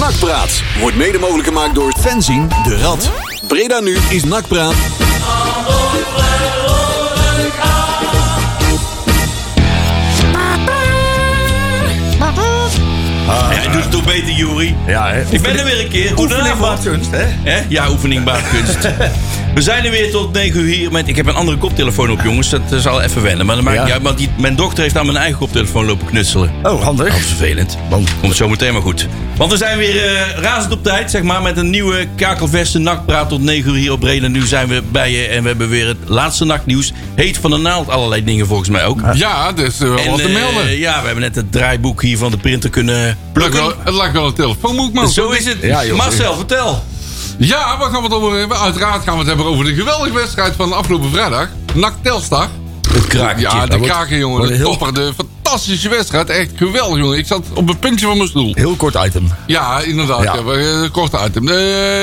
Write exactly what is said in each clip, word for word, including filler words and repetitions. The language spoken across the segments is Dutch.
Nakpraat wordt mede mogelijk gemaakt door Fenzin de Rad. Breda nu is Nakpraat. Ah, ja, je doet het toch beter, Juri? Ja, hè? Ik ben er weer een keer. Oefening baart kunst, hè? hè? Ja, oefening baart kunst. We zijn er weer tot negen uur hier. Met, ik heb een andere koptelefoon op, jongens. Dat uh, zal even wennen. Maar dat maakt Ja. niet uit. Want die, mijn dochter heeft aan mijn eigen koptelefoon lopen knutselen. Oh, handig. Dat is vervelend. Komt zo meteen maar goed. Want we zijn weer uh, razend op tijd, zeg maar. Met een nieuwe kakelverse nachtpraat tot negen uur hier op Breda. Nu zijn we bij je en we hebben weer het laatste nachtnieuws. Heet van de naald, allerlei dingen volgens mij ook. Ja, dus uh, wel En, wat te melden. Uh, ja, we hebben net het draaiboek hier van de printer kunnen Het plukken. lag wel, het lag wel een telefoonboek, man. Zo is het. Ja, joh. Marcel, vertel. Ja, waar gaan we het over hebben? Uiteraard gaan we het hebben over de geweldige wedstrijd van afgelopen vrijdag. N A C Telstar. Het krakertje. Ja, de wordt- kraken, jongen. wordt De heel- topper. De fantastische wedstrijd. Echt geweldig, jongen. Ik zat op een puntje van mijn stoel. Heel kort item. Ja, inderdaad. Ja. Ja. we- Een korte item. Eh,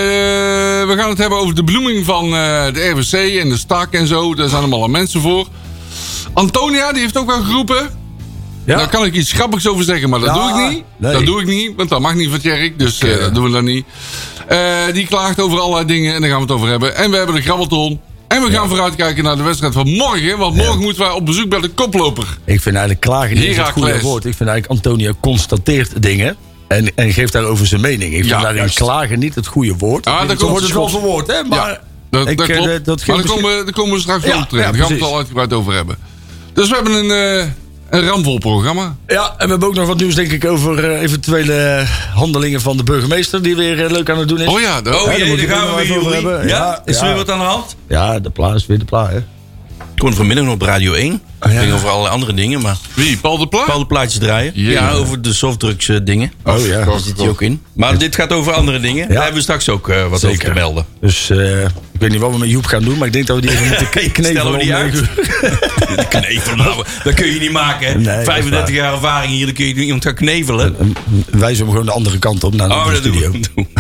we gaan het hebben over de bloeming van eh, de R W C en de Stak en zo. Daar zijn allemaal mensen voor. Antonia, die heeft ook wel geroepen. Ja. Daar kan ik iets grappigs over zeggen, maar dat Ja, doe ik niet. nee. Dat doe ik niet, want dat mag niet van Tjerk. Dus eh, Oké. dat doen we dan niet. Eh, die klaagt over allerlei dingen en daar gaan we het over hebben. En we hebben de grabbelton. En we gaan vooruitkijken naar de wedstrijd van morgen. Want morgen moeten wij op bezoek bij de koploper. Ik vind eigenlijk klagen niet eens het goede Heracles. woord. Ik vind eigenlijk Antonio constateert dingen. En, en geeft daarover zijn mening. Ik vind Ja, eigenlijk juist. klagen niet het goede woord. Ah, daar Zo komt wordt het wel schot. verwoord, hè? Maar Ja, dat, ik, dat eh, klopt. dat- dat maar geeft daar komen, we- daar komen we straks Ja, wel op terug. ja, Daar gaan we het precies. al uitgebreid over hebben. Dus we hebben een, eh, een ramvol programma. Ja, en we hebben ook nog wat nieuws, denk ik, over eh, eventuele handelingen van de burgemeester. Die weer eh, leuk aan het doen is. Oh ja, dat, Oh daar jee, moet daar ik het gaan nog we even weer, over Juri. hebben. Ja? Ja, Is er ja. weer wat aan de hand? Ja, de pla is weer de pla, hè? Ik hoorde vanmiddag nog op Radio één. Oh, ja. Het ging over allerlei andere dingen, maar Wie? Paul de Pla? bepaalde plaatjes draaien. Ja. Ja, over de softdrugs eh, dingen. Oh ja. Daar zit hij ook in. Maar dit gaat over andere dingen. Daar hebben we straks ook eh, wat over te melden. Dus eh, ik weet niet wat we met Joep gaan doen, maar ik denk dat we die even moeten k- knevelen. Stellen we die om uit? negen uur. De knevel, nou, dat kun je niet maken. Hè? Nee, dat is vijfendertig waar. jaar ervaring hier, dan kun je iemand gaan knevelen. Wijzen hem gewoon de andere kant op naar de Oh, andere dat doen studio. we. Doen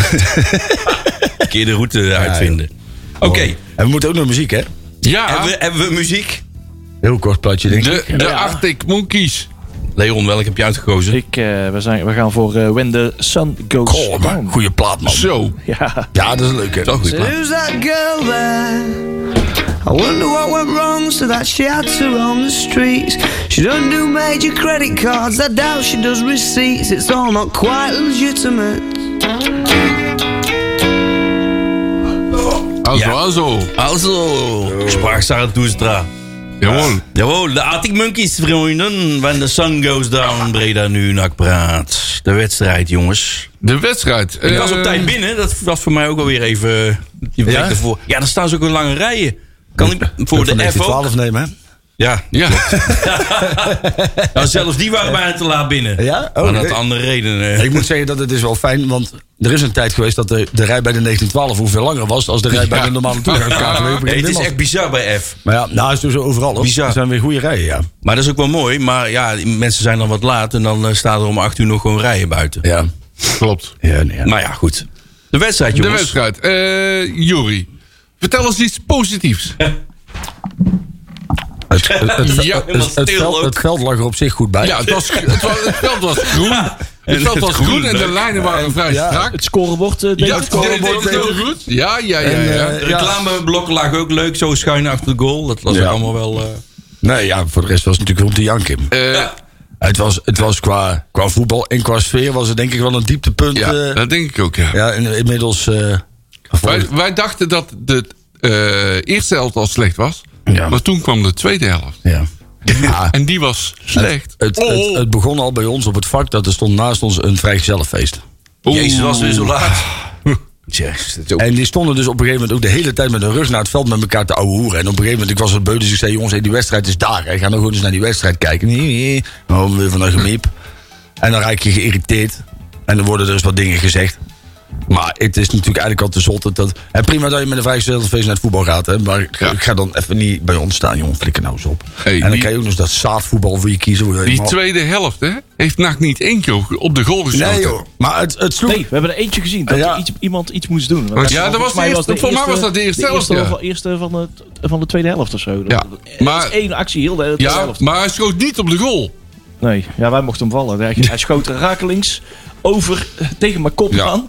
we. Een keer de route uitvinden. Oké, En we moeten ook nog muziek, hè? Ja, hebben, we, hebben we muziek? Heel kort plaatje, denk de, ik. de Arctic Monkeys. Leon, welk heb je uitgekozen? Ik, uh, we, zijn, we gaan voor uh, When the Sun Goes Goh, maar Down. goede plaat, man. Zo. Ja. Ja, dat is leuk, hè? Toch goed. Who's that girl there? I wonder what went wrong so that she had to roam the streets. She don't do major credit cards, I doubt she does receipts. It's all not quite legitimate. Also, Ja. also. Also, sprach Zarathustra. Jawohl. Jawel, de Arctic Monkeys, vrienden. When the sun goes down, Breda nu, Nakpraat. De wedstrijd, jongens. De wedstrijd. Ik was Eh, op tijd binnen. Dat was voor mij ook alweer even... Die week Ja? ervoor. Ja, dan staan ze ook in lange rijen. Kan ik voor de F ook? negentien twaalf nemen, hè? Ja. Ja. Nou, zelfs die waren bijna te laat binnen. Ja? Oh, maar dat nee. andere redenen. Ik moet zeggen dat het is wel fijn, want er is een tijd geweest dat de, de rij bij de negentien twaalf hoeveel langer was als de rij bij de normale toegangskaart. Nee, het is echt bizar bij F. Maar ja, nou is het dus overal. Hoor. Bizar. Er zijn weer goede rijen, ja. Maar dat is ook wel mooi. Maar ja, mensen zijn dan wat laat. En dan eh, staan er om acht uur nog gewoon rijen buiten. Ja. Klopt. Ja, nee, ja. Maar ja, goed. De wedstrijd, De jongens. wedstrijd. Eh Juri, vertel eens iets positiefs. Het, het, het, het, Ja, het, het stil veld, ook. het veld lag er op zich goed bij. Ja, het, was, het, was, het veld was groen. Het veld was groen en de lijnen waren vrij Ja, strak. Het scorebord uh, deed Ja, het het scorebord deed het heel goed. Ja, ja, ja. En, ja. eh, De reclameblokken lagen ook leuk. Zo schuin achter de goal. Dat was Ja. ook allemaal wel... eh, Nee, ja, voor de rest was het natuurlijk rond de jank. Eh, Het was, het was qua, qua voetbal en qua sfeer was het denk ik wel een dieptepunt. ja, eh, dat denk ik ook, ja. ja, in- inmiddels... eh, Wij, wij dachten dat de eh, eerste helft al slecht was. Ja. Maar toen kwam de tweede helft. ja. Ja, En die was slecht. het, Oh, het, oh. het begon al bij ons op het vak dat er stond naast ons een vrijgezellenfeest. Oeh. Jezus, was weer zo laat. Jezus, dat is ook... En die stonden dus op een gegeven moment ook de hele tijd met hun rug naar het veld met elkaar te ouwehoeren. En op een gegeven moment, ik was het beu, dus ik zei, jongens, hey, die wedstrijd is daar. Hè. Ga nou gewoon eens naar die wedstrijd kijken. Nee, nee. Oh, weer van een gemiep. En dan raak je geïrriteerd. En dan worden er eens wat dingen gezegd. Maar het is natuurlijk eigenlijk al te zotte. Dat, en prima dat je met een vrijgezellenfeest naar het voetbal gaat. Hè, maar Ja. ik ga dan even niet bij ons staan, jongen. Flikker nou eens op. Hey, en dan die- kan je ook nog eens dat zaadvoetbal voor je kiezen. Hoe je Die maar- tweede helft, hè, heeft N A C niet één keer op de goal geschoten. Nee, joh. Maar het, het sloeg... Nee, we hebben er eentje gezien. Dat Ja. er iets, iemand iets moest doen. Want ja, dat was de eerste- voor mij was dat de eerste helft, ja. Van, eerste van, de, van de tweede helft of zo. Ja, Er maar- is één actie heel de hele tweede Ja, helft. maar hij schoot niet op de goal. Nee, ja, wij mochten hem vallen. Hij, hij schoot rakelings over tegen mijn kop Ja. aan.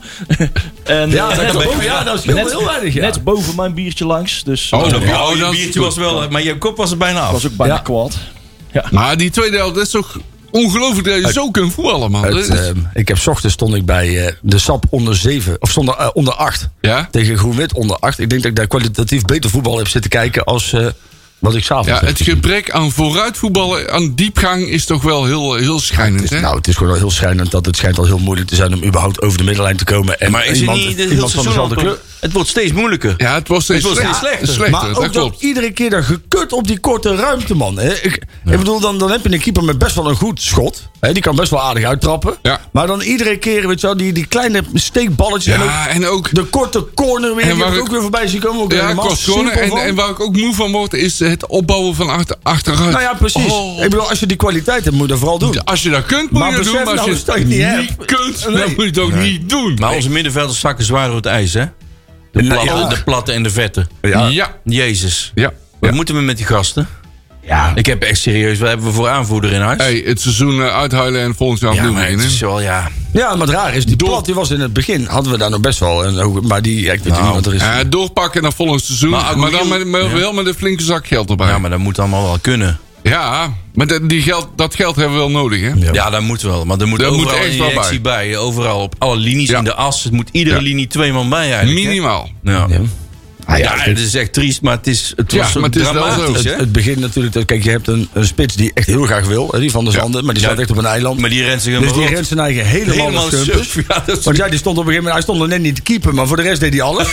en, Ja, eh, dat net, klopt. boven, Ja, dat is net, heel weinig, ja. net boven mijn biertje langs. Dus Oh, eh, Oh, Ja, je dat is biertje goed. was wel... Maar je kop was er bijna af. was ook bijna Ja. kwaad. Maar die tweede helft, dat is toch ongelooflijk dat je zo kunt voetballen, man. Dat Het, is- ehm, ik heb 's ochtends stond ik bij eh, de S A P onder zeven, of stond er, eh, onder acht. Ja? Tegen Groen-Wit onder acht. Ik denk dat ik daar kwalitatief beter voetbal heb zitten kijken als eh, wat ik s'avonds Ja, heb het gezien. gebrek aan vooruitvoetballen, aan diepgang is toch wel heel, heel schrijnend, Het is, hè? nou, het is gewoon wel heel schrijnend dat het schijnt al heel moeilijk te zijn om überhaupt over de middenlijn te komen. En Maar is het iemand, niet de hele iemand van seizoen dezelfde al- kleur. Het wordt steeds moeilijker. Ja, het wordt steeds, Het wordt slechter. steeds slechter. slechter, Maar dat ook dat klopt. iedere keer dat gekut op die korte ruimte, man. Hè. Ik, ik bedoel, dan, dan heb je een keeper met best wel een goed schot. Hè. Die kan best wel aardig uittrappen. Ja. Maar dan iedere keer, weet je wel, die, die kleine steekballetjes. En ook Ja, en ook... de korte corner weer, En die waar heb ik ik- ook weer voorbij zien komen. Ook Ja, helemaal kost gewoon. simpel En, van. en waar ik ook moe van word, is het opbouwen van achter, achteruit. Nou ja, precies. Oh. Ik bedoel, als je die kwaliteit hebt, moet je dat vooral doen. Als je dat kunt, moet Maar je dat doen. besef Maar als nou je eens dat je het niet niet hebt. kunt, dan Nee. moet je het ook niet doen. Maar onze middenvelders zakken zwaar door het ijs, hè? De Nee, platte, ja. de platte en de vette. Ja. Ja. Jezus. Ja. Wat Ja. moeten we met die gasten? Ja. Ik heb echt serieus... Wat hebben we voor aanvoerder in huis? Hey, het seizoen eh, uithuilen en volgend jaar ja, opnieuw maar het beginnen. is wel... Ja, Ja, maar het raar is, die Door- plat die was in het begin, hadden we daar nog best wel. Een hoge, maar die, ja, ik weet Nou, niet wat er is. Eh, doorpakken naar volgend seizoen. Maar Maar, Aguil- dan met, met- Ja. wel met een flinke zak geld erbij. ja, maar dat moet allemaal wel kunnen. Ja, maar dat, die geld, dat geld hebben we wel nodig, hè? Ja. Ja, dat moet wel. Maar er moet Dat moet overal echt een wel injectie bij. Overal op alle linies Ja. in de as. Het moet iedere Ja. linie twee man bij eigenlijk. hè? Minimaal. Ja. Ja. Ah, Ja, ja, het is echt triest, maar het is, het Ja, was zo maar het is wel dramatisch, zo. hè? Het, het begint natuurlijk, dat, kijk, je hebt een, een spits die echt heel graag wil, hè, die van der Ja. Zanden, maar die Ja. staat echt op een eiland. Maar die rent zich Dus helemaal die rot. rent zijn eigen helemaal, Helemaal de stumpers. suf. Ja, dat is- Want ja, die stond op een gegeven moment, hij stond er net niet te keeper, maar voor de rest deed hij alles.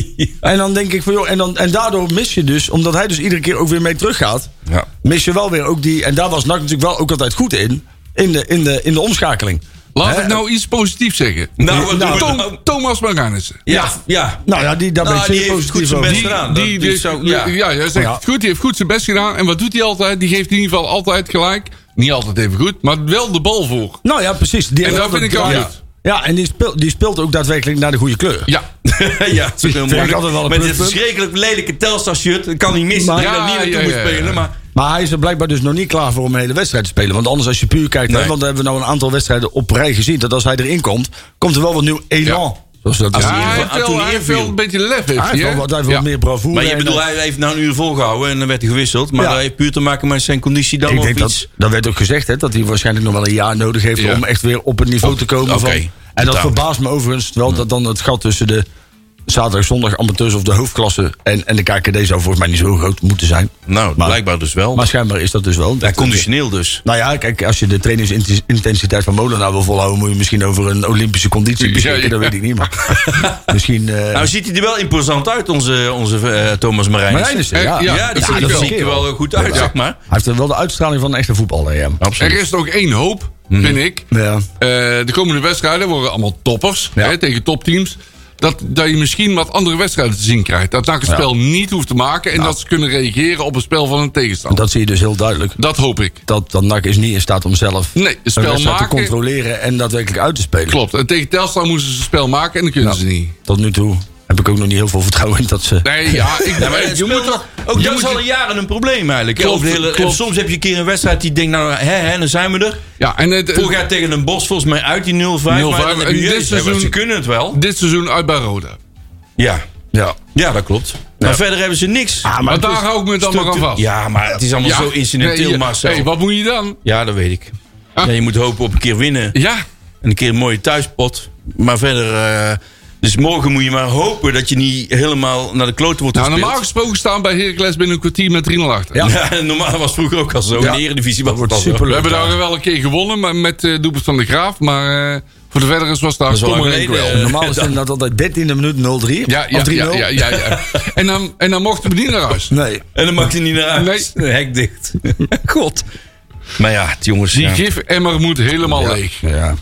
En dan denk ik van joh, en, dan, en daardoor mis je dus, omdat hij dus iedere keer ook weer mee teruggaat, Ja. mis je wel weer ook die, en daar was N A C natuurlijk wel ook altijd goed in, in de, in de, in de omschakeling. Laat Hè? ik nou iets positiefs zeggen. Nou, wat doen we Tom- nou? Thomas Maganissen. Ja, ja. Nou ja, die, daar ben ik Nou, die zeer heeft goed positief zijn over. best Die, gedaan. die, Dat die, is zo- ja, ja. jij zegt Ja. het goed. Die heeft goed zijn best gedaan. En wat doet hij altijd? Die geeft in ieder geval altijd gelijk. Niet altijd even goed, maar wel de bal voor. Nou ja, precies. Die En heeft dat wel vind ik dat ook draai- goed. Ja, en die speelt, die speelt ook daadwerkelijk naar de goede kleur. Ja. ja, het is ook heel Vind ik moeilijk. altijd wel een Met dit pluspunt. verschrikkelijk lelijke Telstar shirt. Dat kan niet missen. Maar- Maar, dat Ja, niet naartoe ja, moet ja, ja. spelen. Maar Maar hij is er blijkbaar dus nog niet klaar voor om een hele wedstrijd te spelen. Want anders als je puur kijkt, hè, Nee. want we hebben nou een aantal wedstrijden op rij gezien. Dat als hij erin komt, komt er wel wat nieuw elan. Zoals dat Als is. hij Ja, in- hij ah, heeft toen wel, hij hij heeft wel inviel. een beetje lef. Heeft Hij hij, heeft wel hè? wat, hij heeft wel Ja. meer bravoure. Maar je en bedoelt, dat- hij heeft nou een uur volgehouden en dan werd hij gewisseld. Maar Ja. dat heeft puur te maken met zijn conditie dan ik of denk iets. dat, dat werd ook gezegd, hè, dat hij waarschijnlijk nog wel een jaar nodig heeft Ja. om echt weer op het niveau te komen. Oké, Van, en dat totaal. verbaast me overigens wel dat dan het gat tussen de zaterdag, zondag amateurs of de hoofdklasse en, en de K K D zou volgens mij niet zo groot moeten zijn. Nou, Maar- blijkbaar dus wel. Maar schijnbaar is dat dus wel. ja, Dat- conditioneel dus. Nou ja, kijk, als je de trainingsintensiteit van Molenaar wil volhouden, moet je misschien over een Olympische conditie Ja, beschikken. ja. Dat weet ik niet, maar misschien. eh Nou ziet hij er wel imposant uit, onze, onze eh, Thomas Marijnissen. Marijnissen, ja. Ja, Ja, dat die vind ik dat wel. ziet er wel goed uit, Ja. zeg maar. Hij heeft er wel de uitstraling van een echte voetballer, ja. Absoluut. Er is nog één hoop, Mhm. vind ik. Ja. Eh, de komende wedstrijden worden allemaal toppers. Ja. Hè, tegen topteams. Dat, dat je misschien wat andere wedstrijden te zien krijgt. Dat N A C het spel niet hoeft te maken. En dat ze kunnen reageren op het spel van een tegenstander. Dat, Dat zie je dus heel duidelijk. hoop ik. Dat, dat N A C is niet in staat om zelf Nee, het een spel wedstrijd te maken. controleren en daadwerkelijk uit te spelen. Klopt. En tegen Telstar moesten ze het spel maken en dat kunnen Ja. ze niet. Tot nu toe heb ik ook nog niet heel veel vertrouwen in dat ze. Nee, ja, ik, Ja, maar het je spel- moet toch... ook je dat moet is al je- een jaren een probleem eigenlijk. hè. Klopt, Over de hele, klopt. en soms heb je een keer een wedstrijd die denkt, nou, hè, hè, dan zijn we er. Ja, en het, Vorig jaar tegen een Bos volgens mij uit die nul vijf. nul Maar vijf. dan heb je, En dit jezus, hè, seizoen- ze kunnen het wel. dit seizoen uit bij Roda. Ja, Ja. ja dat klopt. Maar verder hebben ze niks. Ah, Maar het daar is- hou ik me dan maar aan vast. Ja, maar het is allemaal Ja. zo incidenteel, Nee, Marcel. Hey, wat moet je dan? Ja, dat weet ik. Ah. Ja, je moet hopen op een keer winnen. Ja, En een keer een mooie thuispot. Maar verder... eh, dus morgen moet je maar hopen dat je niet helemaal naar de kloten wordt nou, gespeeld. normaal gesproken staan bij Heracles binnen een kwartier met drie nul achter. Ja. Ja, normaal was het vroeger ook al zo. Ja. In de Eredivisie was het al zo. superleuk. We hebben daar wel een keer gewonnen maar met uh, doelpunt van de Graaf. Maar uh, voor de verdere was daar Dat is wel stommer lang en geleden, kwel. eh. Normaal is het inderdaad altijd dertiende minuut nul drie. Ja, ja, of drie ja, nul. ja, ja, ja. En, dan, en dan mochten we niet naar huis. Nee. En dan mag hij niet naar huis. Nee. Hek dicht. God. Maar ja, het jongens. Die ja. gifemmer moet helemaal Ja. leeg. Ja.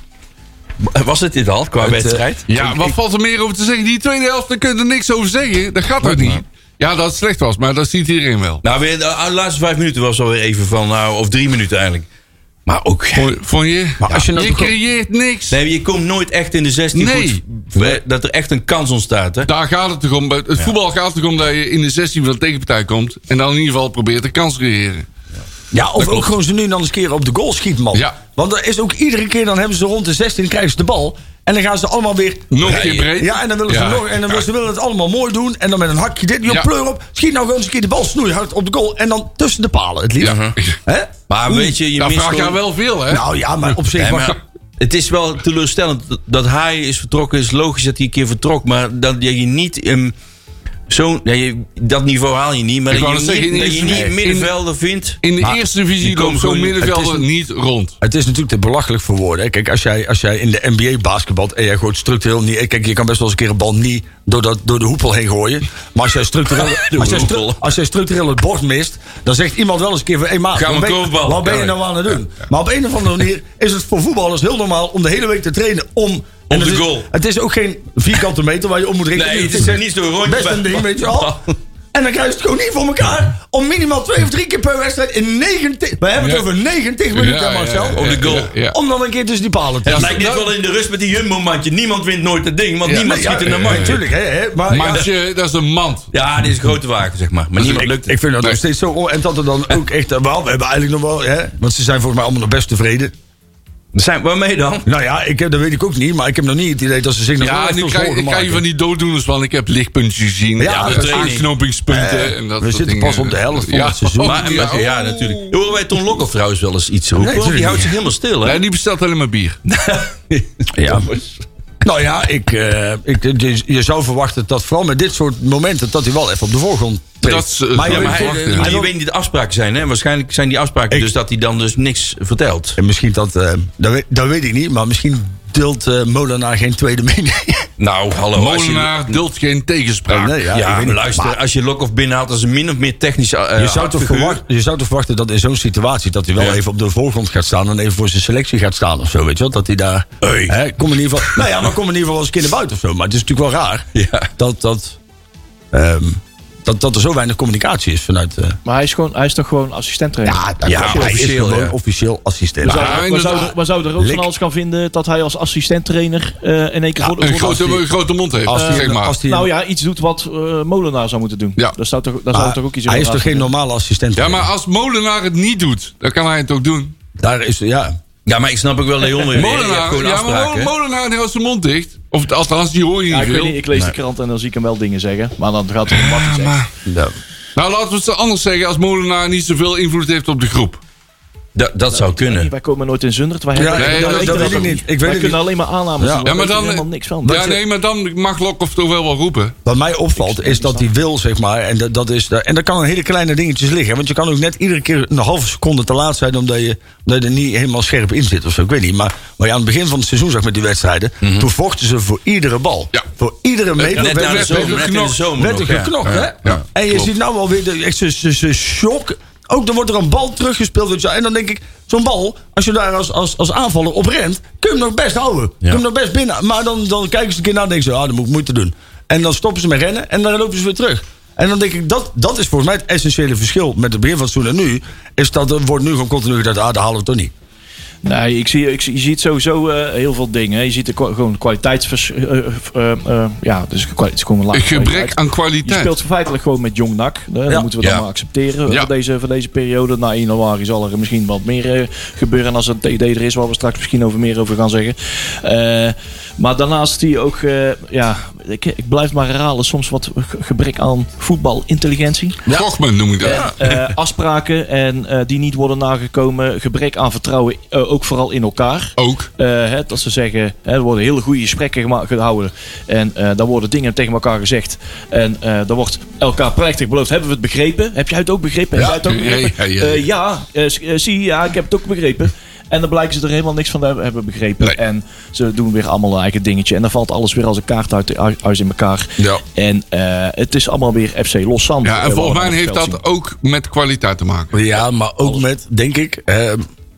Was het dit al qua Het, eh, wedstrijd? Ja, wat valt er meer over te zeggen? Die tweede helft, daar kun je er niks over zeggen. Dat gaat ook niet. Ja, dat het slecht was, maar dat ziet iedereen wel. Nou, weer, de laatste vijf minuten was alweer even van, nou, of drie minuten eigenlijk. Maar ook, Vond, vond je? Maar als je nou je toch- creëert niks. nee, je komt nooit echt in de zestien Nee. goed, dat er echt een kans ontstaat, hè? Daar gaat het toch om. Het voetbal gaat het toch om dat je in de zestien van de tegenpartij komt. En dan in ieder geval probeert een kans te creëren. Ja, of Dat ook klopt. gewoon ze nu dan eens een keer op de goal schieten, man. Ja. Want er is ook iedere keer, dan hebben ze rond de zestien, krijgen ze de bal. En dan gaan ze allemaal weer... Nog een keer breed. Ja, en dan willen ze, Ja. nog, en dan willen ze willen het allemaal mooi doen. En dan met een hakje dit, joh, Ja. pleur op. Schiet nou gewoon eens een keer de bal snoeihard op de goal. En dan tussen de palen, het liefst. Ja. Hè? Maar weet je, je Daar mist vraag je gewoon- wel veel, hè? Nou ja, maar op zich... Nee, mag maar het is wel teleurstellend dat hij is vertrokken. Het is logisch dat hij een keer vertrok. Maar dat je niet... Um, zo'n, ja, je- dat niveau haal je niet. Maar Ik dat wou je, net zeggen, niet, in dat je de- niet in- middenvelder vindt. In de Maar eerste divisie die komen loopt zo'n gewoon- middenvelder het is- niet rond. Het is natuurlijk te belachelijk voor woorden. hè. Kijk, als jij, als jij in de N B A basketbalt en jij gooit structureel niet... Kijk, je kan best wel eens een keer een bal niet door, dat, door de hoepel heen gooien. Maar als jij structureel, als jij stru- hoepel. als jij structureel het bord mist... dan zegt iemand wel eens een keer van... Hey, maat, Ga wat maar ben, je- korfbal. wat ben je Ja. nou aan het doen? Maar op een of andere manier is het voor voetballers heel normaal... om de hele week te trainen om... en de het is- goal. Het is ook geen vierkante meter waar je om moet rekenen. Nee, het is niet zo'n rondje Best bij- een ding, weet je wel. En dan krijg je het gewoon niet voor elkaar... om minimaal twee of drie keer per wedstrijd in negentig... We hebben het Ja. over negentig minuten, Ja, ja, Marcel. ja, Op de goal. ja, ja. Om dan een keer tussen die palen te Het zitten. lijkt net wel in de rust met die Jumbo-mandje. Niemand wint nooit het ding, want Ja, niemand Nee, schiet in ja, de ja, mandje. Natuurlijk, hè, hè, maar ja, Mandje, dat is een mand. Ja, dit is een grote wagen, zeg maar. Maar niemand ik, lukt ik het. vind dat Nee. nog steeds zo... on- En dat er dan ook echt... eh, Wel, we hebben eigenlijk nog wel... Hè, want ze zijn volgens mij allemaal nog best tevreden. Zijn, waarmee dan? Nou ja, ik heb, dat weet ik ook niet. Maar ik heb nog niet het idee dat ze zich nog wel Ja, echt nu veel krijg, zorgen krijg je maken. van die dooddoeners van... ik heb lichtpuntjes gezien. Ja, Ja, de training. aanknopingspunten. Eh, en dat we soort zitten dingen. pas op de helft van het seizoen. Maar, ja, maar- ja, natuurlijk. Horen wij Ton Lokhoff trouwens wel eens iets roepen? Nee, Want die natuurlijk houdt zich niet. helemaal stil, hè? Nee, die bestelt alleen maar bier. Ja. Nou ja, ik, eh, ik, dus je zou verwachten dat vooral met dit soort momenten... dat hij wel even op de voorgrond treedt. Dat is, eh, maar Ja, je maar weet- hij, hij maar je wil- weet niet de afspraken zijn, hè? Waarschijnlijk zijn die afspraken Ik- dus dat hij dan dus niks vertelt. En misschien dat... eh, dat, weet, dat weet ik niet, maar misschien deelt eh, Molenaar geen tweede mening. Nou, hallo. als je- Molenaar dult geen tegenspraak. Nee, ja, Ja, ik weet niet. luister, Maar- als je Lokhoff binnenhaalt als een min of meer technische uh, Je zou, toch verwachten, je zou toch verwachten dat in zo'n situatie... dat hij wel Ja. even op de voorgrond gaat staan... en even voor zijn selectie gaat staan of zo, weet je wel? Dat hij daar... Hey. Hè, kom in ieder geval... Nou ja, maar kom in ieder geval wel eens een keer naar buiten of zo. Maar het is natuurlijk wel raar... Ja. dat, dat, ehm, dat, dat er zo weinig communicatie is vanuit... eh Maar hij is, gewoon, hij is toch gewoon assistent-trainer? ja, dat Ja, hij is officieel, gewoon ja. officieel assistent. We Ja, zouden, we, inderdaad. zouden, we zouden er ook Lik. van alles gaan vinden dat hij als assistent-trainer eh, in één keer voor de... Een voor de- grote, een grote mond heeft, Als hij- zeg maar. als hij- nou ja, iets doet wat eh, Molenaar zou moeten doen. Ja. Dat zou toch, daar maar zou toch ook iets hij is over toch geen raar normale assistent? Ja, maar als Molenaar het niet doet, dan kan hij het ook doen. Daar is... Ja, Ja, maar ik snap ook wel Leon weer. Je hebt Molenaar, gewoon ja, maar afspraken. Mo- Molenaar die houdt zijn mond dicht. Of althans, die hoor je Ja, niet ik, weet veel. niet, ik lees de krant en dan zie ik hem wel dingen zeggen. Maar dan gaat het om wat hij zegt. ja. Nou, laten we het anders zeggen. Als Molenaar niet zoveel invloed heeft op de groep. Dat, dat zou kunnen. Wij komen nooit in Zundert. Wij Ja, hebben, nee, wij dat- weten dat weet ook ik niet. Ik weet wij het kunnen niet. alleen maar aannames Ja. doen. Ja, We maar weten dan- helemaal niks van. Ja, nee, maar dan mag Lokhoff toch wel wel roepen. Wat mij opvalt is dat hij wil, zeg maar, en dat, dat is, en dat kan een hele kleine dingetjes liggen. Want je kan ook net iedere keer een halve seconde te laat zijn omdat je, omdat je er niet helemaal scherp in zit of zo. Ik weet niet. Maar wat je aan het begin van het seizoen zag met die wedstrijden, toen vochten ze voor iedere bal. Ja. Voor iedere meter Net werd na de werd- zomer, net in de zomer werd er nog, ja. geknokt, hè? Ja, En je klopt. ziet nou alweer de, echt ze shock. Ook dan wordt er een bal teruggespeeld. Weet je, wel. En dan denk ik, zo'n bal, als je daar als, als, als aanvaller op rent, kun je hem nog best houden. Kun je hem nog best binnen. Maar dan, dan kijken ze een keer naar en denken ze, ah, dan moet ik moeite doen. En dan stoppen ze met rennen en dan lopen ze weer terug. En dan denk ik, dat, dat is volgens mij het essentiële verschil met het begin van het seizoen en nu. Is dat er wordt nu gewoon continu gedacht, ah, dat halen we toch niet. Nee, ik zie, ik zie, je ziet sowieso eh, heel veel dingen. hè. Je ziet de kwa- gewoon kwaliteitsvers... eh, eh, eh, eh, ja, dus kwa- het is gewoon een laag Een gebrek kwaliteit. aan Je kwaliteit. speelt feitelijk gewoon met jong N A C. hè. Dat Ja. moeten we dan Ja. maar accepteren Ja. voor, deze, voor deze periode. Na één januari zal er misschien wat meer eh, gebeuren als een T D er is, waar we straks misschien over meer over gaan zeggen. Eh, maar daarnaast zie je ook, eh, ja, ik, ik blijf het maar herhalen, soms wat ge- gebrek aan voetbalintelligentie. Gochman noem ik dat. Eh, afspraken en, eh, die niet worden nagekomen. Gebrek aan vertrouwen, eh, ook vooral in elkaar. Ook. Eh, hè, dat ze zeggen, hè, er worden hele goede gesprekken gema- gehouden. En eh daar worden dingen tegen elkaar gezegd. En eh er wordt elkaar plechtig beloofd. Hebben we het begrepen? Heb jij het ook begrepen? Heb jij het ook Ja, begrepen? ja, ja, ja. Eh, ja, eh, s- eh, zie, ja, ik heb het ook begrepen. En dan blijken ze er helemaal niks van te hebben- hebben begrepen. Nee. En ze doen weer allemaal hun eigen dingetje. En dan valt alles weer als een kaart uit de ui- huis in elkaar. Ja. En eh, het is allemaal weer F C Los Zand. Ja, eh, en volgens waar we mij op heeft het veld dat ook met kwaliteit te maken. Ja, maar ook met, denk ik. ehm,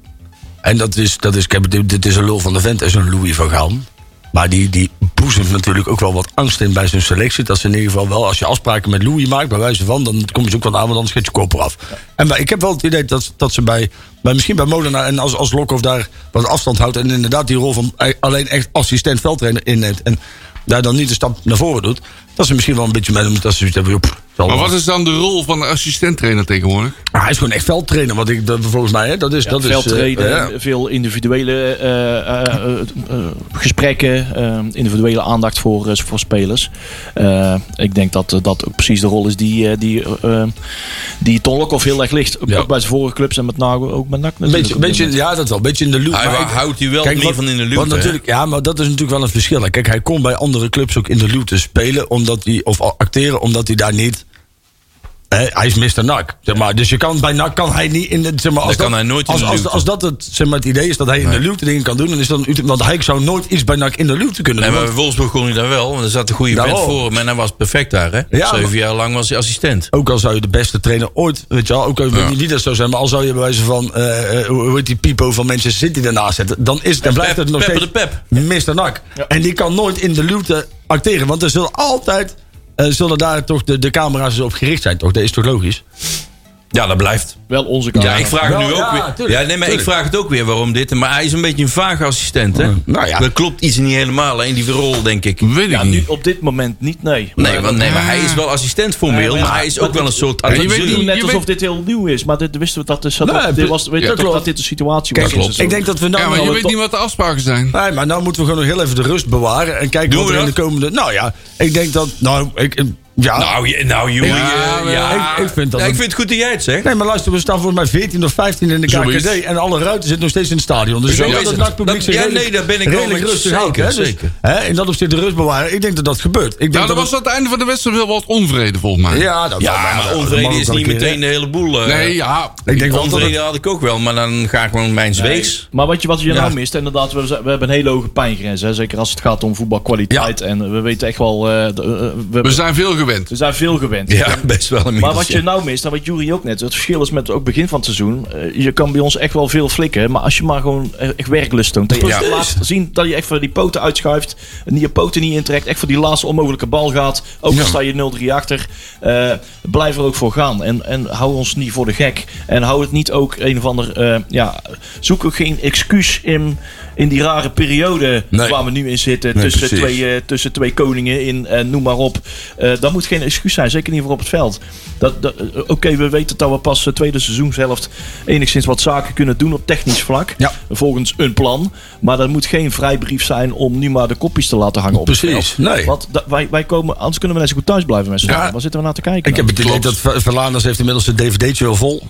en dat is, dat is, ik heb, dit, dit is een lul van de vent, is een Louis van Gaal. Maar die, die boezemt natuurlijk ook wel wat angst in bij zijn selectie. Dat ze in ieder geval wel, als je afspraken met Louis maakt, bij wijze van, dan kom je ze ook wat aan, want anders gaat je kop eraf. En bij, ik heb wel het idee dat, dat ze bij, bij, misschien bij Molenaar en als, als Lokhoff daar wat afstand houdt en inderdaad die rol van alleen echt assistent veldtrainer inneemt en daar dan niet een stap naar voren doet, dat ze misschien wel een beetje met hem, dat ze zoiets hebben, joh, Zal Maar wel. wat is dan de rol van de assistenttrainer tegenwoordig? Ah, hij is gewoon echt veldtrainer, wat ik dat, volgens mij, hè, dat is... Ja, dat veel is, uh, trainen, ja. veel individuele uh, uh, uh, uh, gesprekken, uh, individuele aandacht voor, uh, voor spelers. Uh, ik denk dat uh, dat ook precies de rol is die, uh, die, uh, die Ton Lokhoff heel erg ligt. Ook, Ja. ook bij zijn vorige clubs en met Nago, ook met N A C Een natuurlijk. beetje, beetje, ja, dat wel. Een beetje in de loop. Hij Maar ik- houdt hij wel Kijk, meer wat- van in de want lucht. hè? natuurlijk, ja, maar dat is natuurlijk wel een verschil. Hè. Kijk, hij kon bij andere clubs ook in de luwte spelen, omdat hij, of acteren, omdat hij daar niet... Hè, hij is mister N A C, zeg maar. Dus je kan, bij N A C kan hij niet in de... Zeg maar, als Dan kan hij nooit in als, de als, luwte. als dat het, zeg maar, het idee is dat hij in de luwte dingen kan doen, dan is dat een, want hij zou nooit iets bij N A C in de luwte kunnen Nee, doen. maar bij Wolfsburg kon hij daar wel. Want er zat een goede Daarom. vent voor hem. En hij was perfect daar. Hè? Ja, Zeven maar- jaar lang was hij assistent. Ook al zou je de beste trainer ooit, weet je wel, ook al weet Ja. niet wie dat zou zijn, maar al zou je bij wijze van, eh, eh, hoe heet die Pipo van Manchester City daarnaast zetten, dan, is, dan blijft Pep- het nog Pepper steeds de Pep. mister N A C. Ja. En die kan nooit in de luwte acteren, want er zullen altijd, eh, zullen daar toch de, de camera's op gericht zijn, toch? Dat is toch logisch? Ja, dat blijft. Wel onze Ja, kant. ik vraag het Wel, nu ook ja, weer. tuurlijk, ja, nee, maar ik tuurlijk. vraag het ook weer waarom dit. Maar hij is een beetje een vage assistent. Hè? Nou ja. Dat klopt iets niet helemaal hè, in die rol, denk ik. Weet ik Ja, nu niet. op dit moment niet, nee. Nee, want, nee, maar hij is wel assistent formeel. Nee, maar ja, maar hij is maar ook wel een dit- soort Ja, je weet adviseur. niet- Doen net je alsof weet- dit heel nieuw is, maar dit wisten we dat is dat, Nee, dit was, weet ja, je toch klopt. dat dit de situatie Kijk, was. in het ik denk dat we nou Ja, maar nog- je het weet niet wat de afspraken zijn. Nee, maar nou moeten we gewoon nog heel even de rust bewaren en kijken Doen wat we er in de dat? komende... Nou ja, ik denk dat... Nou, ik... Ja, Nou, je- nou jongen. Ja, Ja, maar- ja. ik, ik vind dat... Ja, ik een- vind het goed dat jij het zegt. Nee, maar luister, we staan volgens mij veertien of vijftien in de K Zoiets. K D. En alle ruiten zitten nog steeds in het stadion. Dus Zo ik denk is dat het het. nachtpubliek Dat- zich ja, redelijk, nee, daar ben ik wel redelijk met je. rustig Zeker, houdt. Hè? Dus, zeker. hè, in dat opzicht de rust bewaren. Ik denk dat dat gebeurt. Ik denk Nou, dat er was het- aan het einde van de wedstrijd wel wat onvrede volgens mij. Ja, dat Ja, dat- maar dat- dat onvrede mag is ook niet wel een keer, meteen de hele boel. eh. Nee, ja. Ik denk wel dat Onvrede het- had ik ook wel, maar dan ga ik gewoon mijn zweegs. Maar wat je, wat je Ja. nou mist, inderdaad, we, we hebben een hele hoge pijngrens. Hè, zeker als het gaat om voetbalkwaliteit. En we weten echt wel, uh, de, uh, we, We zijn veel gewend. we zijn veel gewend. Ja, best wel een Maar wat je nou mist, en wat Jury ook net, het verschil is met ook begin van het seizoen. Uh, je kan bij ons echt wel veel flikken, maar als je maar gewoon uh, echt werklust toont. Dat je Ja. echt laat zien dat je echt voor die poten uitschuift. En je poten niet intrekt. Echt voor die laatste onmogelijke bal gaat. Ook al sta je nul drie achter. Uh, blijf er ook voor gaan. En, en hou ons niet voor de gek. En hou het niet ook een of ander. Uh, ja, zoek ook geen excuus in, in die rare periode Nee. waar we nu in zitten. Nee, tussen, precies. twee, uh, tussen twee koningen in. Uh, noem maar op. Uh, dat moet geen excuus zijn. Zeker niet voor op het veld. Dat, dat, uh, Oké, okay, we weten dat we pas de tweede seizoenshelft enigszins wat zaken kunnen doen op technisch vlak. Ja. Volgens een plan. Maar dat moet geen vrijbrief zijn om nu maar de kopjes te laten hangen op het Precies, veld. nee. Want da- wij, wij komen, anders kunnen we net zo goed thuis blijven met z'n Ja. allen. Waar zitten we naar te kijken? Ik heb het idee Klopt. dat Ver- Verlaanders heeft inmiddels een D V D'tje wel vol.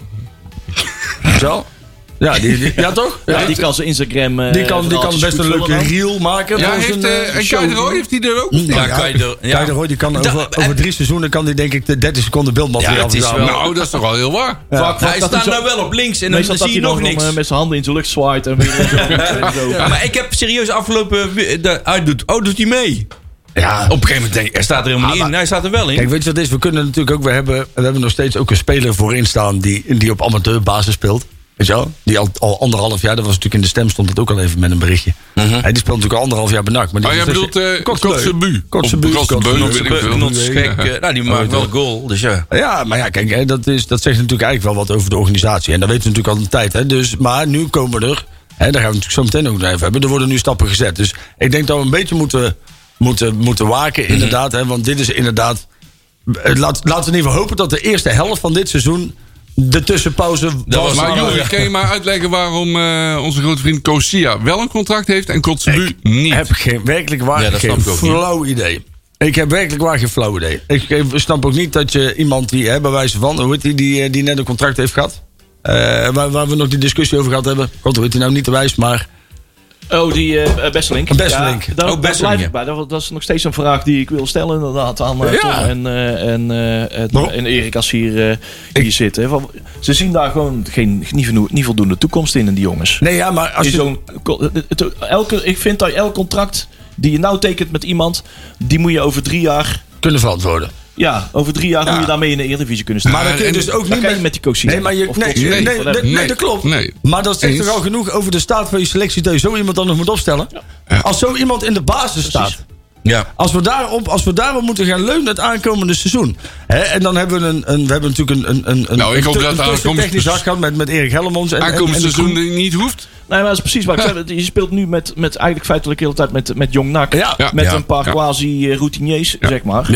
Zo? Ja, die, die- ja toch? ja, Ja, die kan zijn Instagram. uh, die kan, die kan verhaaltjes best een goed leuke vullen dan. reel maken. Ja, voor heeft, zijn, uh, eh, en show. Kai de Roy, heeft hij er ook? Nou Ja, Kai de- ja. Kai de Roy die kan Da- over, en- over drie seizoenen kan die denk ik de dertig seconden beeldmateriaal Ja, het is verzamelen. wel- Nou, dat is toch wel heel waar. Vaak- vaak Hij dat staat zo- nou wel op links en dan Meestal dat zie hij je nog dan niks. uh, met zijn handen in zijn lucht zwaait en weer en zo. Ja, maar ik heb serieus afgelopen wi- de- uitdoet. Oh, doet hij mee? Ja, Op een gegeven moment denk ik, hij staat er helemaal Ah, niet in. maar- Hij staat er wel in. Kijk, weet je wat het is? We kunnen natuurlijk ook, we hebben, we hebben nog steeds ook een speler voorin staan die, die op amateurbasis speelt. Weet je wel? Die al, al anderhalf jaar, dat was natuurlijk in de stem, stond het ook al even met een berichtje. Hij die speelt natuurlijk al anderhalf jaar benakt. Maar die Oh, jij was bedoelt dus- uh, Kotzebu. Kotzebu. Kotzebu. Of Kotzebu, Kotzebu. weet ik veel. Knotsgek, eh, nou, die maakt wel goal. Dus ja. Ja, maar ja, kijk, hè, dat, is, dat zegt natuurlijk eigenlijk wel wat over de organisatie. En dat weten we natuurlijk al een tijd. Hè. Dus, maar nu komen er, hè, daar gaan we natuurlijk zo meteen ook nog even hebben, er worden nu stappen gezet. Dus ik denk dat we een beetje moeten, moeten, moeten waken, inderdaad. Hè, want dit is inderdaad, eh, laat, laten we in ieder geval hopen dat de eerste helft van dit seizoen de tussenpauze Dat was Maar Nou, Joeri, ja. kan je maar uitleggen waarom uh, onze grote vriend Kosia wel een contract heeft en Kotzebu Ik niet? heb geen, werkelijk waar Ja, dat geen snap ik ook niet. flauw idee. Ik heb werkelijk waar geen flauw idee. Ik, ik snap ook niet dat je iemand die, hè, bij wijze van, hoe heet die, die, die net een contract heeft gehad. Uh, waar, waar we nog die discussie over gehad hebben. God, hoe heet hij nou niet te wijs, maar... Oh, die uh, Besselink. Besselink. Ja, daar, Oh, daar Besselink, blijf ik bij. Dat, dat is nog steeds een vraag die ik wil stellen inderdaad aan uh, Ja. Tom en, uh, en, uh, en, Waarom? en Erik als hier, uh, hier Ik- zitten. Van, ze zien daar gewoon geen, niet, voldoende, niet voldoende toekomst in, in die jongens. Nee, ja, maar als In je... zo'n, het- het- elke, ik vind dat elk contract die je nou tekent met iemand, die moet je over drie jaar... kunnen verantwoorden. Ja, over drie jaar Ja. moet je daarmee in de Eredivisie kunnen staan. Maar dan kun je en- dus ook dan niet kan je met die Kosia. Nee, maar je, Of nee, Kosia, nee, nee, whatever. nee, nee, Nee, dat klopt. nee. Maar dat zegt Eens. toch al genoeg over de staat van je selectie dat je zo iemand dan nog moet opstellen? Als zo iemand in de basis staat. Ja. Als we, daarop, als we daarop moeten gaan leunen het aankomende seizoen. Hè, en dan hebben we, een, een, we hebben natuurlijk een, een, een, Nou, ik hoop een, dat een aankomend- tussentechnisch hart gehad met, met Erik Hellemons. En, en, Aankomend en de seizoen groen- niet hoeft. Nee, maar dat is precies wat ik zei. Je speelt nu met, met eigenlijk feitelijk de hele tijd met, met Jong N A C. Ja. Ja. Met Ja. een paar Ja. quasi-routiniers, zeg maar. Ja.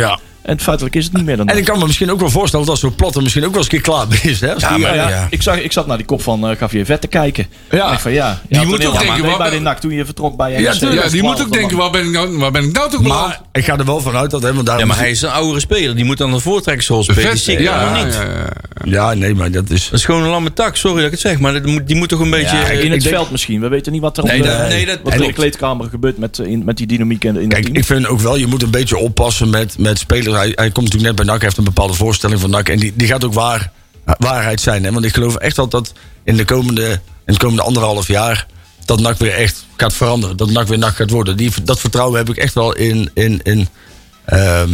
En feitelijk is het niet meer dan dat. En ik kan me misschien ook wel voorstellen dat zo'n plotter misschien ook wel eens een keer klaar is. Hè? Als Ja, die- maar- Ja, ja. Ik, zag, ik zat naar die kop van uh, Javier Vet te kijken. Ja. Ik dacht van, ja, Die ja, moet toen ook heel denken, maar wat- bij de N A C toen je vertrok bij N Ja, E C. tuurlijk. Ja, die moet ook denken, waar ben ik nou, waar ben ik nou toch beland? Maar ik ga er wel vanuit dat... Hè, want daarom Ja, maar hij is een oudere speler. Die moet dan een voortrekkersrol spelen. Die Vet, zie ik ja, helemaal niet. ja, ja. Ja, nee, maar dat is... Dat is gewoon een lamme tak. Sorry dat ik het zeg. Maar dat moet, die moet toch een beetje... Ja, eh, In ik het denk- veld misschien. We weten niet wat er, op Nee, de, dat- nee, dat wat er in de klopt. kleedkamer gebeurt met, in, met die dynamiek in, in het Kijk, team. ik vind ook wel, je moet een beetje oppassen met, met spelers. Hij, hij komt natuurlijk net bij N A C, hij heeft een bepaalde voorstelling van N A C. En die, die gaat ook waar, waarheid zijn. Hè? Want ik geloof echt wel dat in de komende, in het komende anderhalf jaar... dat N A C weer echt gaat veranderen. Dat N A C weer N A C gaat worden. Die, dat vertrouwen heb ik echt wel in... in, in ehm,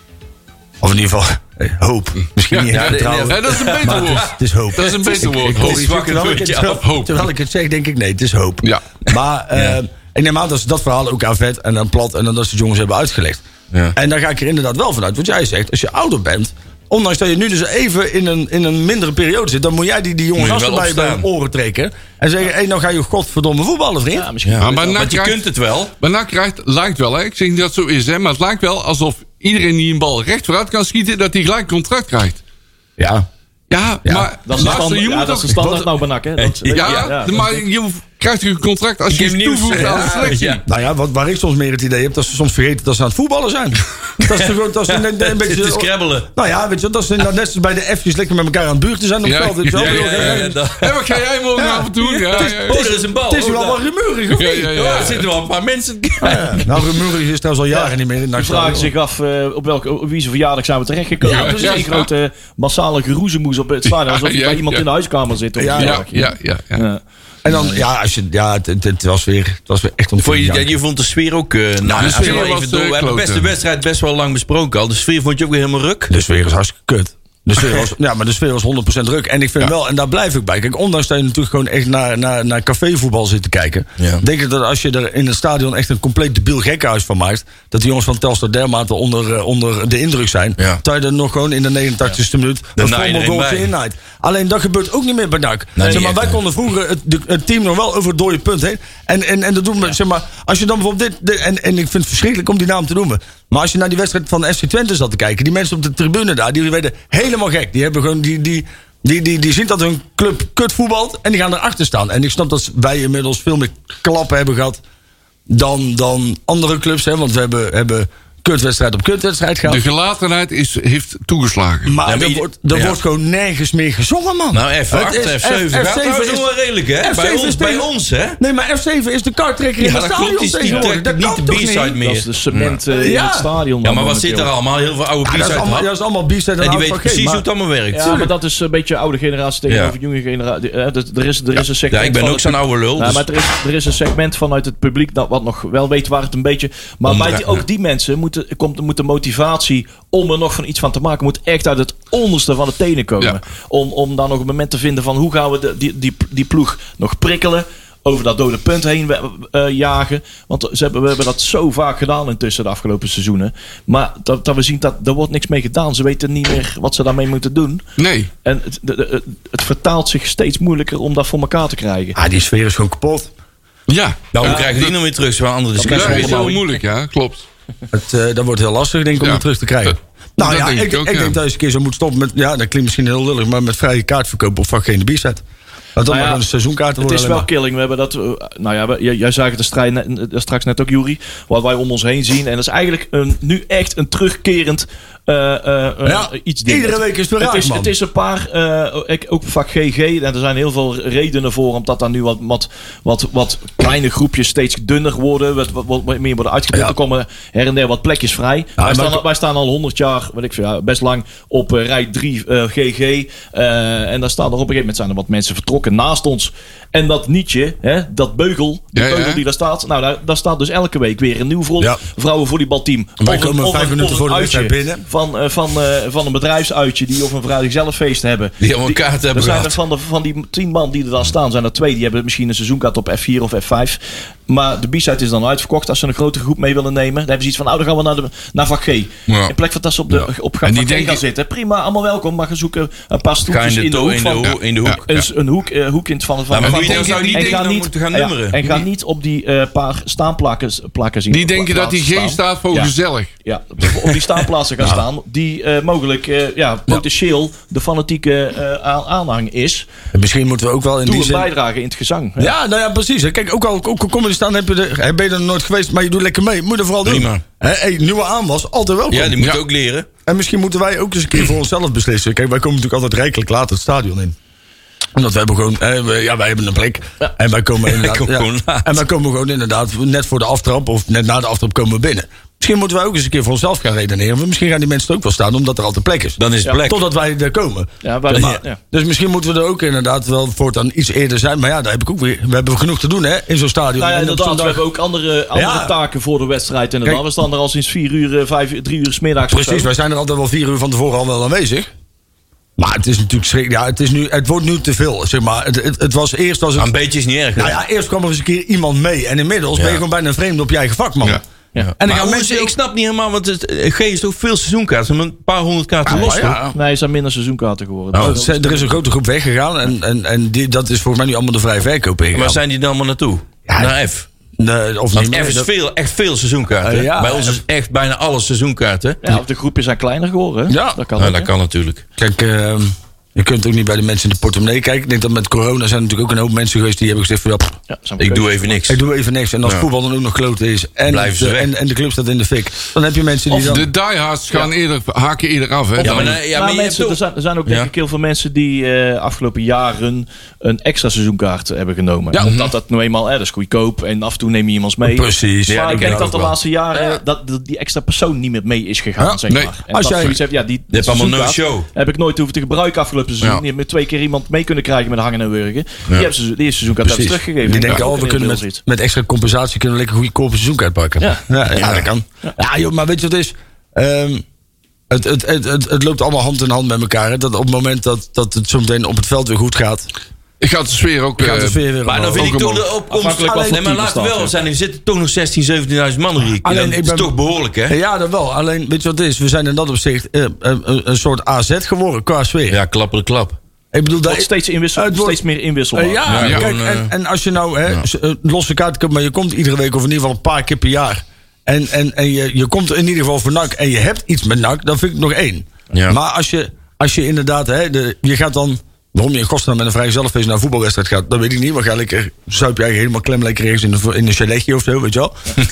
of in ieder geval eh, hoop. Misschien Ja, niet ja, echt vertrouwen. Ja, dat is een beter Maar het is- woord. Het is hoop. Dat is een beter woord. Ik Hoop. corrigeer, Zwak terwijl, ik woordje het, terwijl, af, hoop. terwijl ik het zeg, denk ik nee, het is hoop. Ja. Maar eh, ik neem aan dat ze dat verhaal ook aan Vet en aan Plat... en dan dat ze de jongens hebben uitgelegd. Ja. En daar ga ik er inderdaad wel vanuit. Wat jij zegt, als je ouder bent... ondanks dat je nu dus even in een, in een mindere periode zit... dan moet jij die, die jonge Moet je gasten wel bij, bij opstaan. hun oren trekken... en zeggen, hé, hey, nou ga je godverdomme voetballen, vriend. Ja, misschien. Ja. Maar bij N A C Want je krijgt- kunt het wel. Maar nou krijgt, lijkt wel, hè? Ik zeg niet dat het zo is, hè? Maar het lijkt wel alsof iedereen die een bal recht vooruit kan schieten, dat hij gelijk een contract krijgt. Ja. Ja, Ja, maar Dat is de luister, standaard, je ja, moet dat is de ook. standaard nou bij N A C, hè. Dat, weet je, Ja, maar je krijgt een contract als Ik je heb je nieuws. toevoegt aan de Ja, selectie. ja. Nou ja, wat, waar ik soms meer het idee heb... dat ze soms vergeten dat ze aan het voetballen zijn. Dat is toch gewoon... Dat is een, een, een beetje... Het is krabbelen. Nou ja, weet je, dat is inderdaad net als bij de F's lekker met elkaar aan het buurten zijn op het Ja, veld. Weet je wel. ja, ja, Heel ja, erg. Ja, dat- Hé, wat ga jij morgen Ja. avond doen? Ja, ja, ja. Oh, er is een bal. Het is Oh, wel daar- wat rumoerig, of Ja, niet? ja, Ja, ja. er zitten wel een paar mensen. Ja. Nou, rumoerig is trouwens al jaren niet meer in Die de vragen zich af uh, op, welke, op wie zijn verjaardag zijn we terechtgekomen. Ja, Het is ja, een ja. grote massale geroezemoes op het stadion. Alsof je Ja, bij iemand ja. in de huiskamer zit. Op Ja, een Ja, verjaardag. ja, ja, ja. Ja. En dan, ja, als je, ja het, het, het was weer, het was weer echt om Vond je, ja, je vond de sfeer ook... Uh, nou, de als je sfeer wel was, even door, uh, we hebben best de kloten. wedstrijd best wel lang besproken al. De sfeer vond je ook weer helemaal ruk. De sfeer is hartstikke kut. De sfeer was, ja, maar de sfeer was honderd procent druk. En ik vind Ja. wel, en daar blijf ik bij. Kijk, ondanks dat je natuurlijk gewoon echt naar, naar, naar cafévoetbal zit te kijken. Ja. Denk ik dat als je er in het stadion echt een compleet debiel gekkenhuis van maakt. Dat die jongens van Telstar dermate onder, uh, onder de indruk zijn. Ja. Dat je er nog gewoon in de negenentachtigste minuut een naai volle erin goaltje bij. innaait. Alleen dat gebeurt ook niet meer bij N A C. Nee, zeg niet maar, wij echt, konden vroeger het, de, het team nog wel over het dode punt heen. En, en, en dat doen we, zeg maar, als je dan bijvoorbeeld dit, dit en, en ik vind het verschrikkelijk om die naam te noemen. Maar als je naar die wedstrijd van F C Twente zat te kijken, die mensen op de tribune daar, die werden helemaal gek. Die hebben gewoon, die, die, die, die, die zien dat hun club kut voetbalt en die gaan erachter staan. En ik snap dat wij inmiddels veel meer klappen hebben gehad dan, dan andere clubs, hè, want we hebben, hebben kutwedstrijd op kutwedstrijd gehad. De gelatenheid is, heeft toegeslagen. Maar Ja, maar er, je- wordt, er ja. wordt gewoon nergens meer gezongen, man. Nou, F acht, Het is- F zeven F- gaat F zeven trouwens is- nog wel redelijk, hè? F Bij zeven ons, is bij tegen- ons, hè? Nee, maar F zeven is de kartrekker in Ja, het dat stadion klopt. Die, die tegenwoordig. trekt Dat niet kan de toch B-side niet? meer. Dat is de cement uh, in Ja. het stadion. Ja, maar wat momenteel. zit er allemaal? Heel veel oude Ja, dat, is bies allemaal, uit dat is allemaal B-side en, En die hout weet van precies geen, hoe het allemaal werkt. Ja, maar dat is een beetje oude generatie tegenover Ja. jonge generatie. Eh, dat- Er is, er is een segment Ja, ik ben van ook het- zo'n oude lul. Nou, dus- maar er is, er is een segment vanuit het publiek dat wat nog wel weet waar het een beetje. Maar Omdra- bij die, ook die mensen moeten, komt, moet de motivatie om er nog van iets van te maken, moet echt uit het onderste van de tenen komen. Ja. Om, om dan nog een moment te vinden van hoe gaan we de, die, die, die ploeg nog prikkelen. Over dat dode punt heen uh, jagen. Want ze hebben, we hebben dat zo vaak gedaan intussen de afgelopen seizoenen. Maar dat, dat we zien dat er wordt niks mee gedaan. Ze weten niet meer wat ze daarmee moeten doen. Nee. En het, de, de, het vertaalt zich steeds moeilijker om dat voor elkaar te krijgen. Ah, die sfeer is gewoon kapot. Ja. Nou, we Ja, krijgen die nog weer terug. Zo'n andere Ja, discussie. is allemaal. wel moeilijk, ja. Klopt. Het, uh, dat wordt heel lastig, denk ik, om Ja. het terug te krijgen. Dat- nou dat ja, denk ik, ik ik, ook, ik ja. denk dat je een keer zo moet stoppen met... Ja, dat klinkt misschien heel lullig, maar met vrije kaartverkoop of geen de B-set. Dat dan Nou ja, maar een seizoenkaart Het is worden. wel killing. We hebben dat. uh, nou ja, we- jij, jij zei het de strijd net, uh, straks net ook, Juri. Wat wij om ons heen zien. En dat is eigenlijk een, nu echt een terugkerend uh, uh, uh, Ja, iets. ding. iedere week is het weer het raak, is, man. het is een paar. Uh, ik, ook vak G G. En er zijn heel veel redenen voor. Omdat daar nu wat, wat, wat, wat kleine groepjes steeds dunner worden. Wat, wat, wat meer worden uitgedeeld. Ja. Er komen her en der wat plekjes vrij. wij, maar staan, ik- wij staan al honderd jaar. Weet ik veel, ja, best lang op uh, rij drie uh, G G. Uh, en daar staan er op een gegeven moment zijn er wat mensen vertrokken naast ons. En dat nietje, hè, dat beugel, die Ja, ja. beugel die daar staat. Nou, daar, daar staat dus elke week weer een nieuw vrouw, Ja. vrouwenvolleybalteam. Wij Of een- komen of vijf een- minuten of voor de een wedstrijd uitje binnen. Van, uh, van, uh, van een bedrijfsuitje die of een vrijdag zelffeest hebben. Die allemaal kaarten hebben Er zijn er gehad. van, de, van die tien man die er dan staan, zijn er twee die hebben misschien een seizoenkaart op F vier of F vijf. Maar de B-side is dan uitverkocht als ze een grote groep mee willen nemen. Dan hebben ze iets van, nou dan gaan we naar, de, naar vak G. Ja. In plek van dat ze op, de, op En vak die G denken- gaan zitten. Prima, allemaal welkom. Maar gaan zoeken een paar Ga stoeltjes in in de, de hoek in de, van... hoek- in de hoek. Ja. Een, een hoek uh, hoek in het van, van Ja, maar van wie van- dan zou die en denken ga dan niet moeten gaan ja, nummeren? en ga niet op die uh, paar staanplakken plakken zien. Die denken dat die G staan. staat voor Ja. gezellig. Ja, op die staanplaatsen gaan staan, die uh, mogelijk uh, ja, potentieel de fanatieke uh, aan- aanhang is. En misschien moeten we ook wel in Doe die een zin... bijdrage in het gezang. hè. Ja, nou ja, precies. Kijk, ook al, ook al kom je er staan, heb je er, ben je er nooit geweest, maar je doet lekker mee. Moet je er vooral doen. Prima. Hè, hey, nieuwe aanwas, altijd welkom. Ja, die moet Ja. ook leren. En misschien moeten wij ook eens een keer voor onszelf beslissen. Kijk, wij komen natuurlijk altijd rijkelijk laat het stadion in. Omdat we hebben gewoon, hè, we, ja, wij hebben een plek. Ja. En wij komen inderdaad, Kom ja, gewoon laat. en wij komen gewoon inderdaad net voor de aftrap of net na de aftrap komen we binnen. Misschien moeten wij ook eens een keer voor onszelf gaan redeneren. Misschien gaan die mensen er ook wel staan, omdat er altijd plek is. Dan is het Ja, plek. Totdat wij er komen. Ja, wij- Dus, maar- ja. dus misschien moeten we er ook inderdaad wel voortaan iets eerder zijn. Maar ja, daar heb ik ook weer. We hebben genoeg te doen, hè, in zo'n stadion. Nou ja, En op inderdaad, zo'n we dag- hebben ook andere, andere Ja. taken voor de wedstrijd. Inderdaad. Kijk. We staan er al sinds vier uur, eh, vijf, uur- drie uur 's middags. of Precies, zo. wij zijn er altijd wel vier uur van tevoren al wel aanwezig. Maar het is natuurlijk schrik. Ja, het, is nu, het wordt nu te veel. Zeg maar. het, het, het was eerst als het. Een beetje is niet erg. Nou hoor. ja, eerst kwam er eens een keer iemand mee. En inmiddels ben je Ja. gewoon bijna een vreemde op je eigen vak, man. Ja. Ja. En dan Maar gaan hoe mensen. is- ik snap niet helemaal, want het eh, G is toch veel seizoenkaarten. Ze hebben een paar honderd kaarten Ja, los. maar toch? ja. Nee, er zijn minder seizoenkaarten geworden. Oh, Dat het zijn- er is een grote groep weggegaan. En, en, en die, dat is volgens mij nu allemaal de vrije verkoop ingegaan. Waar zijn die dan allemaal naartoe? Ja, Naar F. Nee, of Want niet meer. F is Dat- veel, echt veel seizoenkaarten. Eh, ja. Bij ons is echt bijna alles seizoenkaarten. Ja, of de groepjes zijn kleiner geworden. hè? Ja. dat kan Nou, ook, dat hè? kan natuurlijk. Kijk, ehm, je kunt ook niet bij de mensen in de portemonnee kijken. Ik denk dat met corona zijn natuurlijk ook een hoop mensen geweest die hebben gezegd van ja, pff, Ja, zijn Ik doe keuzes. even niks. ik doe even niks. En als Ja. voetbal dan ook nog kloten is en, Blijven ze de, weg. en, en de club staat in de fik, dan heb je mensen die Of dan... de diehards gaan eerder, haken eerder af. Hè, Ja, dan- maar, nee, ja, Nou, maar je mensen, hebt er, ook- zijn, er zijn ook denk Ja. ik heel veel mensen die eh, afgelopen jaren een extra seizoenkaart hebben genomen. Ja. Omdat dat nou eenmaal, hè, dat is goedkoop en af en toe neem je iemands mee. Precies. Ja, Maar die ik ken denk ik dat ook de wel. laatste jaren dat, dat die extra persoon niet meer mee is gegaan, Ja, zeg nee. maar. En Als dat jij- zoiets heeft, ja, die Je hebt allemaal seizoenkaart no-show. heb ik nooit hoeven te gebruiken afgelopen seizoen. Ja. Je hebt met twee keer iemand mee kunnen krijgen met hangen en wurgen. Die hebben ze die eerste seizoenkaart hebben ze Precies. teruggegeven. Die Ja, denken, ook oh, we in kunnen het met, beeld met extra compensatie kunnen we lekker goedkope seizoenkaart pakken. Ja. Ja, ja, dat kan. Ja, joh, maar weet je wat het is? Ehm, het, het, het, het, het loopt allemaal hand in hand met elkaar. Hè? Dat op het moment dat, dat het zo meteen op het veld weer goed gaat, Ik ga de sfeer ook... gaat de eh, sfeer weer Maar dan omhoog. vind ik ook toch een de opkomst... Afhankelijk wat Nee, voor maar team laten we er wel staat, zijn. Er zitten toch nog zestien, zeventienduizend man hier. Alleen, Dat ik is ben- toch behoorlijk, hè? Ja, dat wel. Alleen, weet je wat het is? We zijn in dat opzicht eh, een, een soort A Z geworden qua sfeer. Ja, klapper de klap. Ik bedoel, dat wordt steeds, inwissel, Het wordt- steeds meer inwisselbaar. Eh, ja, Ja, kijk, gewoon, eh, en, en als je nou hè, s- eh, losse kaarten koopt, maar je komt iedere week of in ieder geval een paar keer per jaar. En, en, en je, je komt in ieder geval voor N A C en je hebt iets met N A C, dan vind ik nog één. Ja. Maar als je, als je inderdaad, hè, de, je gaat dan, waarom je in godsnaam met een vrijgezellenfeest naar een voetbalwedstrijd gaat, dat weet ik niet. Waarschijnlijk eh, zuip je eigenlijk helemaal klem lekker ergens in een, in een chaletje of zo, weet je wel.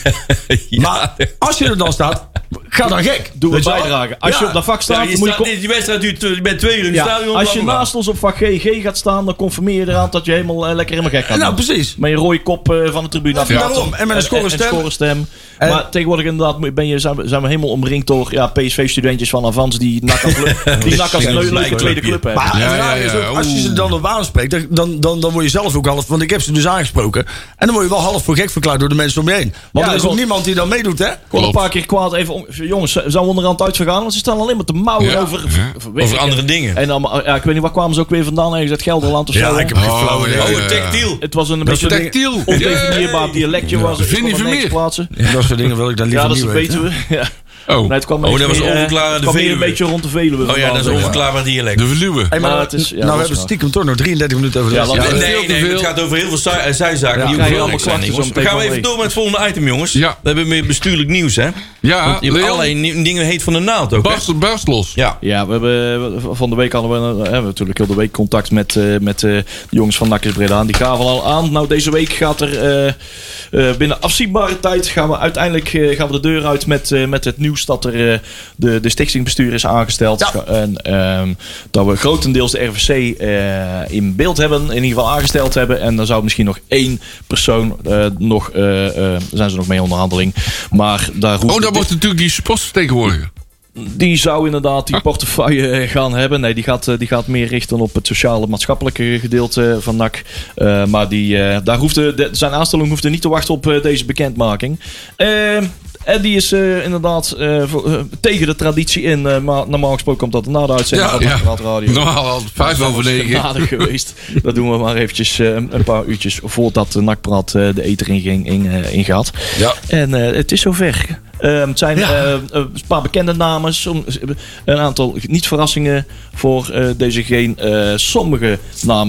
Ja. Maar als je er dan staat, ga dan gek. Doe een Weet je wel? bijdrage. Als je Ja. op dat vak Ja, staat, je moet je... staat, die, die wedstrijd duurt je bent twee uur in het Ja, stadion. als je blablabla. naast ons op vak G G gaat staan, dan confirmeer je eraan dat je helemaal eh, lekker helemaal gek gaat Nou, doen. precies. Met je rode kop eh, van de tribune af. daarom. En met een scorenstem. scorenstem. En- Maar tegenwoordig inderdaad moet- ben je, zijn, we, zijn we helemaal omringd door ja, P S V-studentjes van Avans die nak als, le- die nak als Ja, een leu- dat leuke is tweede mijn club hebben. Maar Ja, het ja, rare is ja, ook, als je ze oeh. dan op aanspreekt, dan, dan, dan, dan word je zelf ook half... Want ik heb ze dus aangesproken. En dan word je wel half voor gek verklaard door de mensen om je heen. Want Ja, er is ook klopt. niemand die dan meedoet, hè? Ik kon een paar keer kwaad even... om- Jongens, zijn we onderhand uitvergaan? Want ze staan alleen maar te mouwen Ja, over... ja. weet Over ik, andere eh, dingen. En dan, ja, ik weet niet, waar kwamen ze ook weer vandaan? Ergens uit Gelderland of Ja, zo. ik heb hè? geen Oh, flauw idee. ja, Oh, ja. een textiel. Het was een Dat beetje soort een Tactiel. ondefinieerbaar dialectje. Was het Vinnie van Vermeer. niks plaatsen. Dat soort dingen wil ik dan Ja, liever dat niet weten weten. we. Ja. Oh, Nee, het kwam Oh, iets dat was meer, eh, onverklaarde het kwam meer een Veluwe. beetje rond de Veluwe. Oh ja, vandaan, dat is zeg maar. onverklaarbaar dialect. de Veluwe. Hey, maar Maar nou, het is- ja, nou dat hebben is we waar. stiekem toch nog drieëntertig minuten over de Ja, wedstrijd. laten Nee, we- nee, veel te het veel. gaat over heel veel zij- eh, zijzaken Ja, die krijg je belangrijk zijn. allemaal jongens. klachten We zo gaan meteen even van door met het volgende item, jongens. Ja. We hebben meer bestuurlijk nieuws, hè? Ja, Want je hebt Leon, allerlei ni- dingen heet van de naald ook, hè? barst, barst los. Ja. Ja, we hebben van de week hadden we, eh, hebben we natuurlijk heel de week contact met, eh, met eh, de jongens van N A C Breda. En die gaven al aan. Nou, deze week gaat er eh, eh, binnen afzienbare tijd gaan we uiteindelijk eh, gaan we de deur uit met, eh, met het nieuws dat er eh, de, de stichtingsbestuur is aangesteld. Ja. En ehm, dat we grotendeels de R V C eh, in beeld hebben, in ieder geval aangesteld hebben. En dan zou misschien nog één persoon eh, nog, eh, eh, daar zijn ze nog mee in onderhandeling. Maar daar roept Oh, dat de- wordt natuurlijk die sportvertegenwoordiger. die zou inderdaad die portefeuille eh, gaan hebben. Nee, die gaat, eh, die gaat meer richten op het sociale maatschappelijke gedeelte van N A C. Uh, maar die, uh, daar hoefde, de, zijn aanstelling hoefde niet te wachten op uh, deze bekendmaking. Uh, en die is uh, inderdaad uh, voor, uh, tegen de traditie in. Uh, maar normaal gesproken komt dat na de uitzending Ja, van ja. de Radio. Normaal al vijf over negen. Nadig geweest. Dat doen we maar eventjes uh, een paar uurtjes voordat de N A C-praat uh, de eter in, ging, in, uh, ingaat. Ja. En uh, het is zover. Uh, het zijn Ja. uh, een paar bekende namen, som- een aantal niet-verrassingen voor uh, deze geen. Uh, sommige namen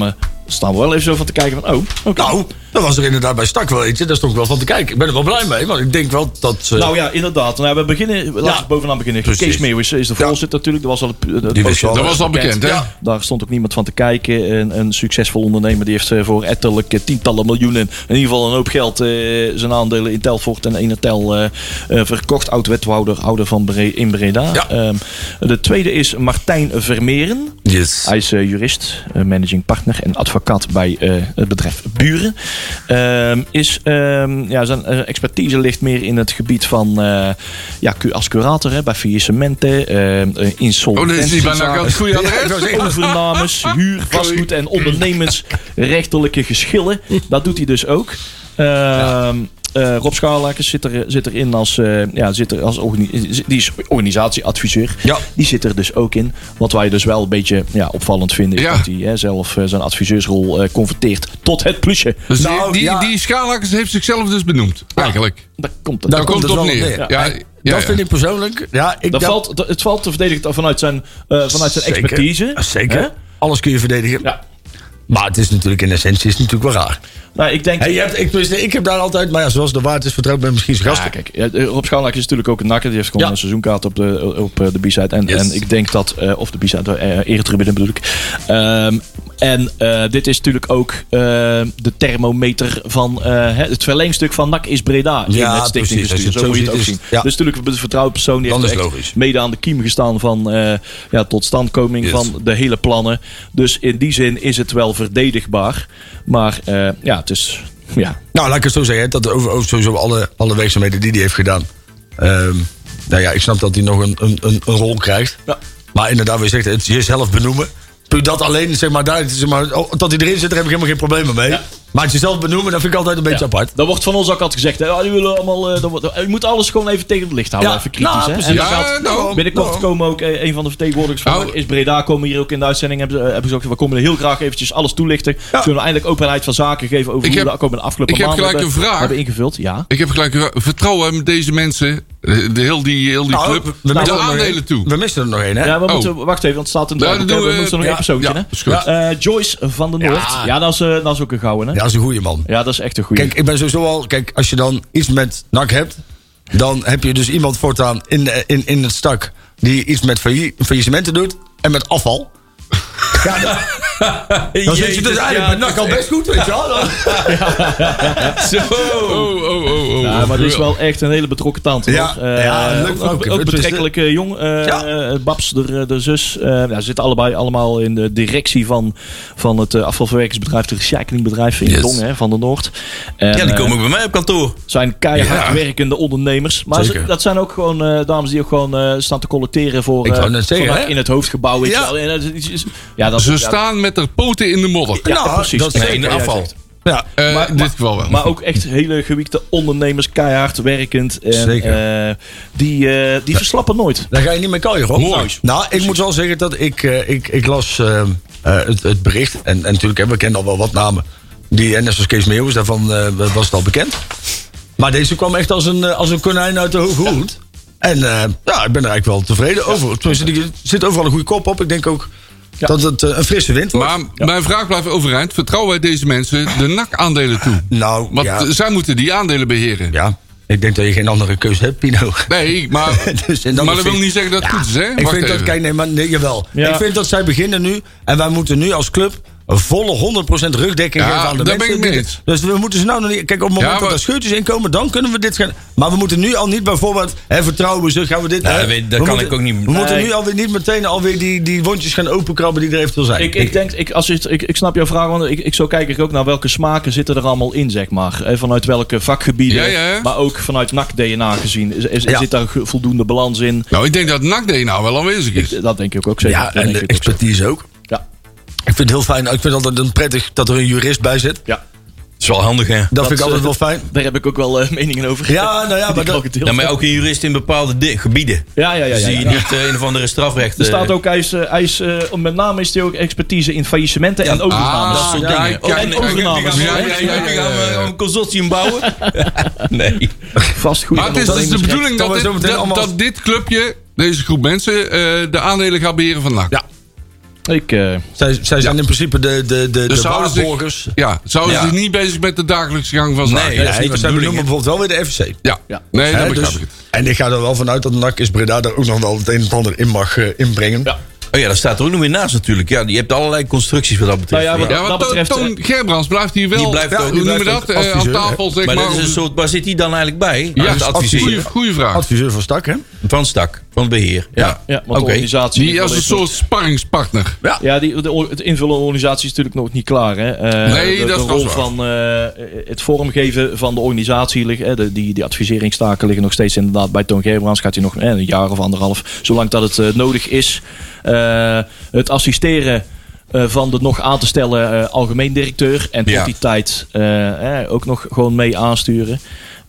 staan we wel even zo van te kijken van, oh, oké. Nou, dat was er inderdaad bij Stak wel eentje. Daar stond ik wel van te kijken. Ik ben er wel blij mee, want ik denk wel dat... ze- Nou ja, inderdaad. Nou, we beginnen, laten we Ja, bovenaan beginnen. precies. Kees Meeuwis is de Ja. voorzitter natuurlijk. Dat was al het, het Die wist postje- wel. Dat was al bekend, hè? Ja. Daar stond ook niemand van te kijken. Een, een succesvol ondernemer die heeft eh, voor ettelijke tientallen miljoenen, in ieder geval een hoop geld, eh, zijn aandelen in Telfort en Enetel eh, eh, verkocht. Oud-wethouder houder van Bre- in Breda. Ja. Ehm, de tweede is Martijn Vermeeren. Yes. Hij is eh, jurist, eh, managing partner en advocaat bij eh, het bedrijf Buren. Ehm, is, ehm, ja, zijn eh, expertise ligt meer in het gebied van eh, ja, cu- als curator hè, bij faillissementen, eh, eh, Oh, dat is insolventie. niet bijna het goede Ja, ik adres. wou zeggen, Overnames, huur, vastgoed en ondernemersrechtelijke geschillen. Dat doet hij dus ook. Ehm, eh, Rob Scharlakers zit, er, zit erin als, eh, ja, zit er als organi- die is organisatieadviseur. Ja. Die zit er dus ook in. Wat wij dus wel een beetje ja, ja, opvallend vinden, is Ja. dat hij hè, zelf eh, zijn adviseursrol eh, converteert tot het plusje. Dus die, Nou, die, ja. die Scharlakers heeft zichzelf dus benoemd, eigenlijk. Daar komt het. Daar Daar komt het het op wel neer. op neer. Ja, En ja, dat ja. vind ik persoonlijk... Ja, ik Dat dat- valt, dat- het valt te verdedigen vanuit zijn, eh, vanuit zijn Zeker. expertise. Zeker. Hè? Alles kun je verdedigen. Ja. Maar het is natuurlijk in essentie is het natuurlijk wel raar. Nou, ik denk... Hey, je hebt, ik, tenminste, ik heb daar altijd... Maar ja, zoals de waard is vertrouwd ben misschien zijn Ja, gasten. kijk, ja, Rob Scharlakers is natuurlijk ook een nakker. Die heeft gewoon Ja. een seizoenkaart op de, op eh, de B-side. En, Yes. en ik denk dat, eh, of de B-side, eh eretribune bedoel ik. Ehm, en eh, dit is natuurlijk ook eh, de thermometer van eh, hè, het verlengstuk van N A C is Breda in Ja, het precies. stichtingbestuur. Als je het Zo zo moet je het ziet, ook is- zien. ja. Dus natuurlijk de vertrouwde persoon die Dan heeft is echt logisch. mede aan de kiem gestaan van eh, ja, totstandkoming Yes. van de hele plannen. Dus in die zin is het wel verdedigbaar. Maar eh, ja, het is... Ja, Nou, laat ik het zo zeggen. Dat over, over sowieso alle, alle werkzaamheden die hij heeft gedaan. Ehm, nou ja, ik snap dat hij nog een, een, een, een rol krijgt. Ja. Maar inderdaad, wat je zegt, het jezelf benoemen. Puur dat alleen, zeg maar, daar, zeg maar oh, dat hij erin zit, daar heb ik helemaal geen problemen mee. Ja. Maar het jezelf benoemen, dat vind ik altijd een beetje Ja. apart. Dat wordt van ons ook altijd gezegd. Hè? Ja, die willen allemaal, eh, dat wordt- je moet alles gewoon even tegen het licht houden. Ja, Even kritisch. nou, hè? precies. En dan Ja, gaat- nou, binnenkort nou. komen ook eh, een van de vertegenwoordigers van Nou. is Breda. Komen hier ook in de uitzending. Hebben ze, eh, hebben ze ook, we komen er heel graag eventjes alles toelichten. Kunnen we eindelijk openheid van zaken geven over Ik hoe heb- we de afgelopen ik heb maanden gelijk hebben, een vraag. hebben ingevuld. Ja. Ik heb gelijk een vertrouwen in deze mensen, de, de heel die, heel die Nou, club, we de missen er nog aandelen één. toe. We missen er nog één, hè? Ja, we Oh. moeten, wacht even, want het staat een Ja, draaiboek, dat hè. doen We we- moeten nog ja, één persoontje. ja, hè? is goed. Eh, Joyce van de Noord. Ja, Ja. dat, is, eh, dat is ook een gouden. Hè? Ja, dat is een goede man. Ja, dat is echt een goede. Kijk, ik ben sowieso al... Kijk, als je dan iets met N A C hebt... dan heb je dus iemand voortaan in, de- in, in het stak... die iets met failli- faillissementen doet en met afval. Ja, dan, dan zit je dus eigenlijk met N A C al best goed, weet je wel. Dan- Zo. Oh, oh, oh, oh. Ja, maar dit is wel echt een hele betrokken tante. Ja, hoor. Eh, ja, leuk ook, vrouw. ook, Het ook is- betrekkelijk eh, jong. eh, Ja. eh, Babs, de, de zus. eh ja, ze zitten allebei allemaal in de directie van, van het eh, afvalverwerkingsbedrijf, het recyclingbedrijf in Yes. Dongen, hè, van de Noord. En, Ja, die eh, komen ook bij mij op kantoor. zijn keihard Ja. werkende ondernemers. Maar ze- Zeker. dat zijn ook gewoon eh, dames die ook gewoon eh, staan te collecteren voor Ik wou eh, net zeggen, voor hè? in het hoofdgebouw. weet je Ja. wel. En dat is- is- ja, dat, Ze ja, staan met haar poten in de modder. Ja, Nou, precies. dat is Nee, zeker. in de Ja, afval. zegt. Ja, Eh, Maar- in dit geval wel. Maar ook echt hele gewiekte ondernemers, keihard werkend. En, Zeker. eh, die, eh, die verslappen nooit. daar ga je niet mee kooien, hoor. Mooi. Nou, ik moet wel zeggen dat ik, eh, ik, ik las eh, eh, het, het bericht. En, en natuurlijk, hè, we kennen al wel wat namen. Die, en net zoals Kees Meeuwis, daarvan eh, was het al bekend. Maar deze kwam echt als een, eh, als een konijn uit de hoge hoed. En eh, ja, ik ben er eigenlijk wel tevreden over. Tenminste, die zit overal een goede kop op. Ik denk ook dat het eh, een frisse wind wordt. Maar mijn vraag blijft overeind. Vertrouwen wij deze mensen de N A C-aandelen toe? nou, Want ja, zij moeten die aandelen beheren. ja, ik denk dat je geen andere keuze hebt, Pino. Nee, maar, Dus in dat maar dat wil opzicht- niet zeggen dat het Ja, goed is, hè? Ik Wacht vind dat, even. kijk, nee, maar nee, jawel. Ja. Ik vind dat zij beginnen nu. En wij moeten nu als club een volle honderd procent rugdekking Ja, geven aan de daar ben mensen. ik mee die- eens. Dus we moeten ze nou nog niet... Kijk, op het moment Ja, dat maar- er scheurtjes in komen, dan kunnen we dit gaan... Maar we moeten nu al niet bijvoorbeeld... Hè, vertrouwen we ze, gaan we dit... Nou, hè, dat weet- dat we kan moeten- ik ook niet. We moeten Nee. nu alweer niet meteen alweer die, die wondjes gaan openkrabben die er eventueel zijn. Ik, ik denk, ik, als je, het- ik, ik snap jouw vraag, want ik, ik, zo kijk ik ook naar welke smaken zitten er allemaal in, zeg maar. Eh, Vanuit welke vakgebieden, Ja, ja. maar ook vanuit N A C-D N A gezien. Is, is- Ja. Zit daar ge- voldoende balans in? Nou, ik denk dat N A C-D N A wel aanwezig is. Dat denk ik ook zeker. ja, Dat en denk de ik ook zo. expertise ook. Ja. Ik vind het heel fijn. Ik vind het altijd een prettig dat er een jurist bij zit. Ja. Dat is wel handig, hè? Dat, vind ik altijd eh, wel fijn. Daar heb ik ook wel eh, meningen over. Ja, nou ja, Die maar kan dat- ik het heel Ja, maar snel- ook een jurist in bepaalde di- gebieden. Ja, ja, ja. ja, Zie je ja. niet eh, een of andere strafrecht. Er staat eh, ook, hij is, eh, hij is, eh, met name is hij ook expertise in faillissementen en overnames. Ah, dat soort ja, dingen. kijk, Oh, en kijk, overnames. kijk, Ja, ja, ja, ja, ja, ja, ja, gaan we ja. een consortium bouwen? Nee. Vastgoed. Maar en het is dus de ondernemersrecht. bedoeling Dan dat we zo dit, meteen dat, allemaal- dat dit clubje, deze groep mensen, eh, de aandelen gaat beheren van N A C. Ja. Ik, uh, Zij, zij zijn Ja. in principe de, de, de, Dus de zouden ze waarborgers. zich, ja, zouden ze Ja. zich niet bezig met de dagelijkse gang van zaken? Nee, Ja, dat is niet maar de zij bedoeling, benoemen bijvoorbeeld wel weer de F C. Ja. Ja. Nee, dat Hè, begrijp dus, ik. en ik ga er wel vanuit dat N A C is Breda daar ook nog wel het een en ander in mag uh, inbrengen. Ja. Oh ja, dat staat er ook nog weer naast natuurlijk. Ja, je hebt allerlei constructies wat dat betreft. Nou ja, wat- Ja, want dat Toon- betreft, Toon Gerbrands blijft hier wel. Die blijft ja, ook- hoe die noemen we blijft dat? ook Eh, aan adviseur, tafel, zeg maar maar. dat is een soort, waar zit hij dan eigenlijk bij? Ja, Als adviseur goeie, goeie vraag. Adviseur van Stak, hè? van Stak, van het beheer. Ja, ja, want Oké. de organisatie... Die als een soort sparringspartner. Ja, die, de, het invullende organisatie is natuurlijk nog niet klaar. Hè. Uh, Nee, de, dat de is rol waar. van uh, het vormgeven van de organisatie, liggen, hè, de, die, die adviseringstaken liggen nog steeds inderdaad bij Toon Gerbrands. Gaat hij nog eh, een jaar of anderhalf, zolang dat het uh, nodig is. Uh, het assisteren uh, van de nog aan te stellen uh, algemeen directeur. En tot Ja. die tijd uh, eh, ook nog gewoon mee aansturen.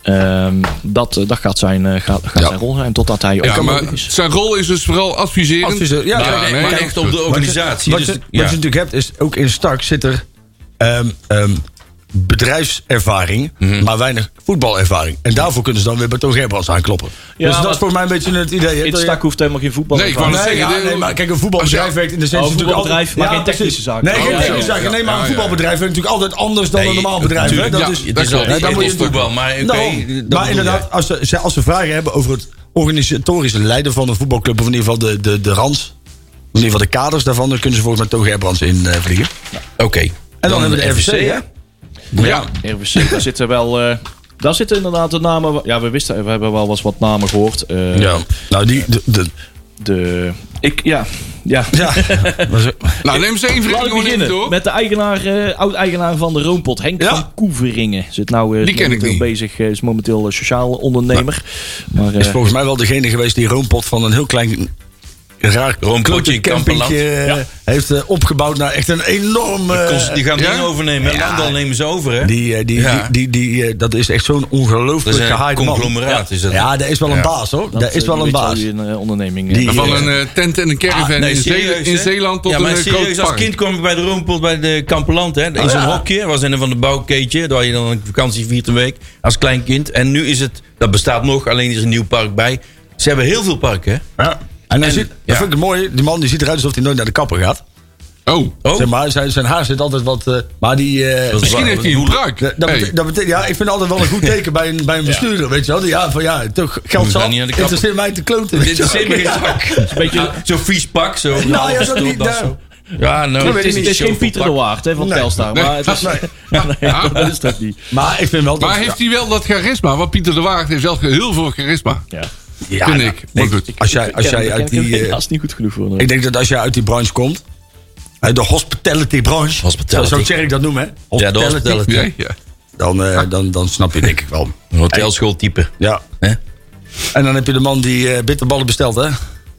Um, dat, dat gaat, zijn, uh, gaat, gaat Ja. zijn rol zijn totdat hij ook Ja, kan maar nodig is. zijn rol is dus vooral adviserend. Adviseur, ja. Ja, kijk, maar nee, echt op de goed. organisatie. Wat je, dus, wat ja. je natuurlijk hebt is, ook in Stak zit er um, um, bedrijfservaring, Mhm. maar weinig voetbalervaring. En daarvoor kunnen ze dan weer bij Toon Gerbrands aankloppen. Ja, dus dat maar- is voor mij een beetje het idee. hè, In dat het je- stak hoeft helemaal geen voetbal. Nee, ik wou net Nee, zeggen, ja, de- nee, maar kijk, een voetbalbedrijf Als je- werkt in de zin Oh, natuurlijk voetbalbedrijf, altijd- maar geen precies. technische zaken. Nee, Oh, geen ja, technische ja, zaken. Nee, ja, maar een ja, voetbalbedrijf werkt natuurlijk altijd anders dan Nee, een normaal bedrijf. Hè? natuurlijk, Dat ja, is, dat Het is klopt. al Ja, dan moet je het voetbal, maar oké. Nou, dat maar bedoel inderdaad, je. als ze, ze- als ze vragen hebben over het organisatorische leiden van een voetbalclub, of in ieder geval de, de, de rands, in ieder geval de kaders daarvan, dan kunnen ze volgens mij Toon Gerbrands in uh, vliegen. Oké. En dan, hebben we de F C, hè? Ja. R V C, daar zitten wel... Uh, daar zitten inderdaad de namen... Ja, we wisten, we hebben wel eens wat namen gehoord. Uh, Ja. Nou, die... De, de, De... Ik, ja. Ja. ja. Was het- Nou, neem eens één Laten vriend we gewoon even beginnen door. met de eigenaar, uh, oud-eigenaar van de Roompot. Henk Ja. van Koeveringen. Zit nou uh, Die ken ik momenteel niet. bezig. Uh, is momenteel uh, sociaal ondernemer. Maar, uh, is volgens mij wel degene geweest die roompot van een heel klein... Raar Roompotje in campingje Kamperland. uh, heeft uh, opgebouwd naar echt een enorm... uh, Kost- Die gaan ja? dingen overnemen. Ja. Landal nemen ze over, hè? die, uh, die, Ja. die, die, die, uh, dat is echt zo'n Dat ongelooflijk is een gehaaid man. conglomeraat. Is dat. Ja, daar is wel een Ja. baas, hoor. dat, Daar is uh, wel die een weet baas. wel wie een uh, onderneming. Die- uh, Van Ja. een uh, tent en een caravan Ah, nee, in, Zee- serieus, in hè? Zeeland tot ja, een maar uh, groot serieus, als park. kind kwam ik bij de Roompot bij de Kamperland. Hè? In Oh, zo'n ja. hokje. Was een van de bouwkeetje. Daar had je dan een vakantie viert een week. Als klein kind. En nu is het... Dat bestaat nog. Alleen is er een nieuw park bij. Ze hebben heel veel parken, hè? Ja. En, hij En- ziet, ja. dat vind ik het mooi. Die man die ziet eruit alsof hij nooit naar de kapper gaat. Oh, Oh, Zeg maar, zijn, zijn haar zit altijd wat... Uh, maar die... Uh, Dat is misschien waar. heeft hij een pruik. dat, dat Hey. betekent, dat betekent- ja, ik vind het altijd wel een goed teken bij een, bij een bestuurder, weet je wel. Die, Ja, van ja, toch geld We gaan zat, niet naar de kapper. interesseert mij te kloten. weet dit je is wel. helemaal geen zak. Een beetje zo'n vies pak. Zo. Nou ja, dat niet. dat daar- zo. Ja, nou, weet het is, ik het is niet. geen Pieter de Waard hè, van Nee. Telstar. Nee. Maar het is, nee, dat is dat niet. Maar ik vind wel dat... Maar heeft hij wel dat charisma? Want Pieter de Waard heeft wel heel veel charisma. Ja. ja, vind nou, ik. Maar goed. Als jij, als Ik ken- jij ik uit ken- ik die... ken uh, helaas niet goed genoeg voor. nee. ik denk dat als jij uit die branche komt... Uit de hospitality branche. Hospitality. Zo Thierry dat noemen, hè? Ja, de hospitality. Ja, ja. Dan, uh, dan, dan snap je denk ik wel. Een hotelschooltype. Ja. Hè? En dan heb je de man die uh, bitterballen bestelt, hè?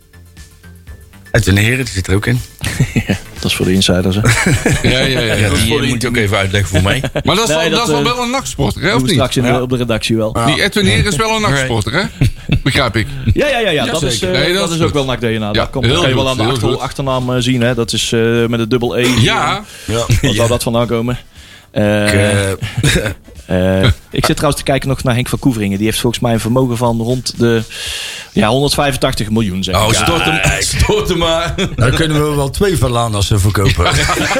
Edwin Heren, die zit er ook in. Dat is voor de insiders. Hè. Ja, ja, ja. Ja, die moet je ook even uitleggen voor mij. Maar dat is, Nee, wel, dat, dat is wel eh, wel een nachtsporter, hè? Doen Of we niet? straks in de- op de redactie wel. Ja, Die Edwin Heer is wel een nachtsporter, hè? Begrijp ik. ja, ja. ja, dat, is, zeker. uh, Nee, dat dat is is ook goed. wel N A C D N A. Ja, Dat komt, heel dat kan je wel goed, aan de heel achter, goed. achternaam uh, zien. Hè. Dat is uh, met een dubbel E. Ja, Ja. Waar zou dat vandaan komen? Uh, Ik, uh, uh, ik zit trouwens te kijken nog naar Henk van Koeveringen. Die heeft volgens mij een vermogen van rond de ja, honderdvijfentachtig miljoen. Zeg ik. Oh, stort hem, stort hem maar. dan kunnen we wel twee Verlana's verkopen.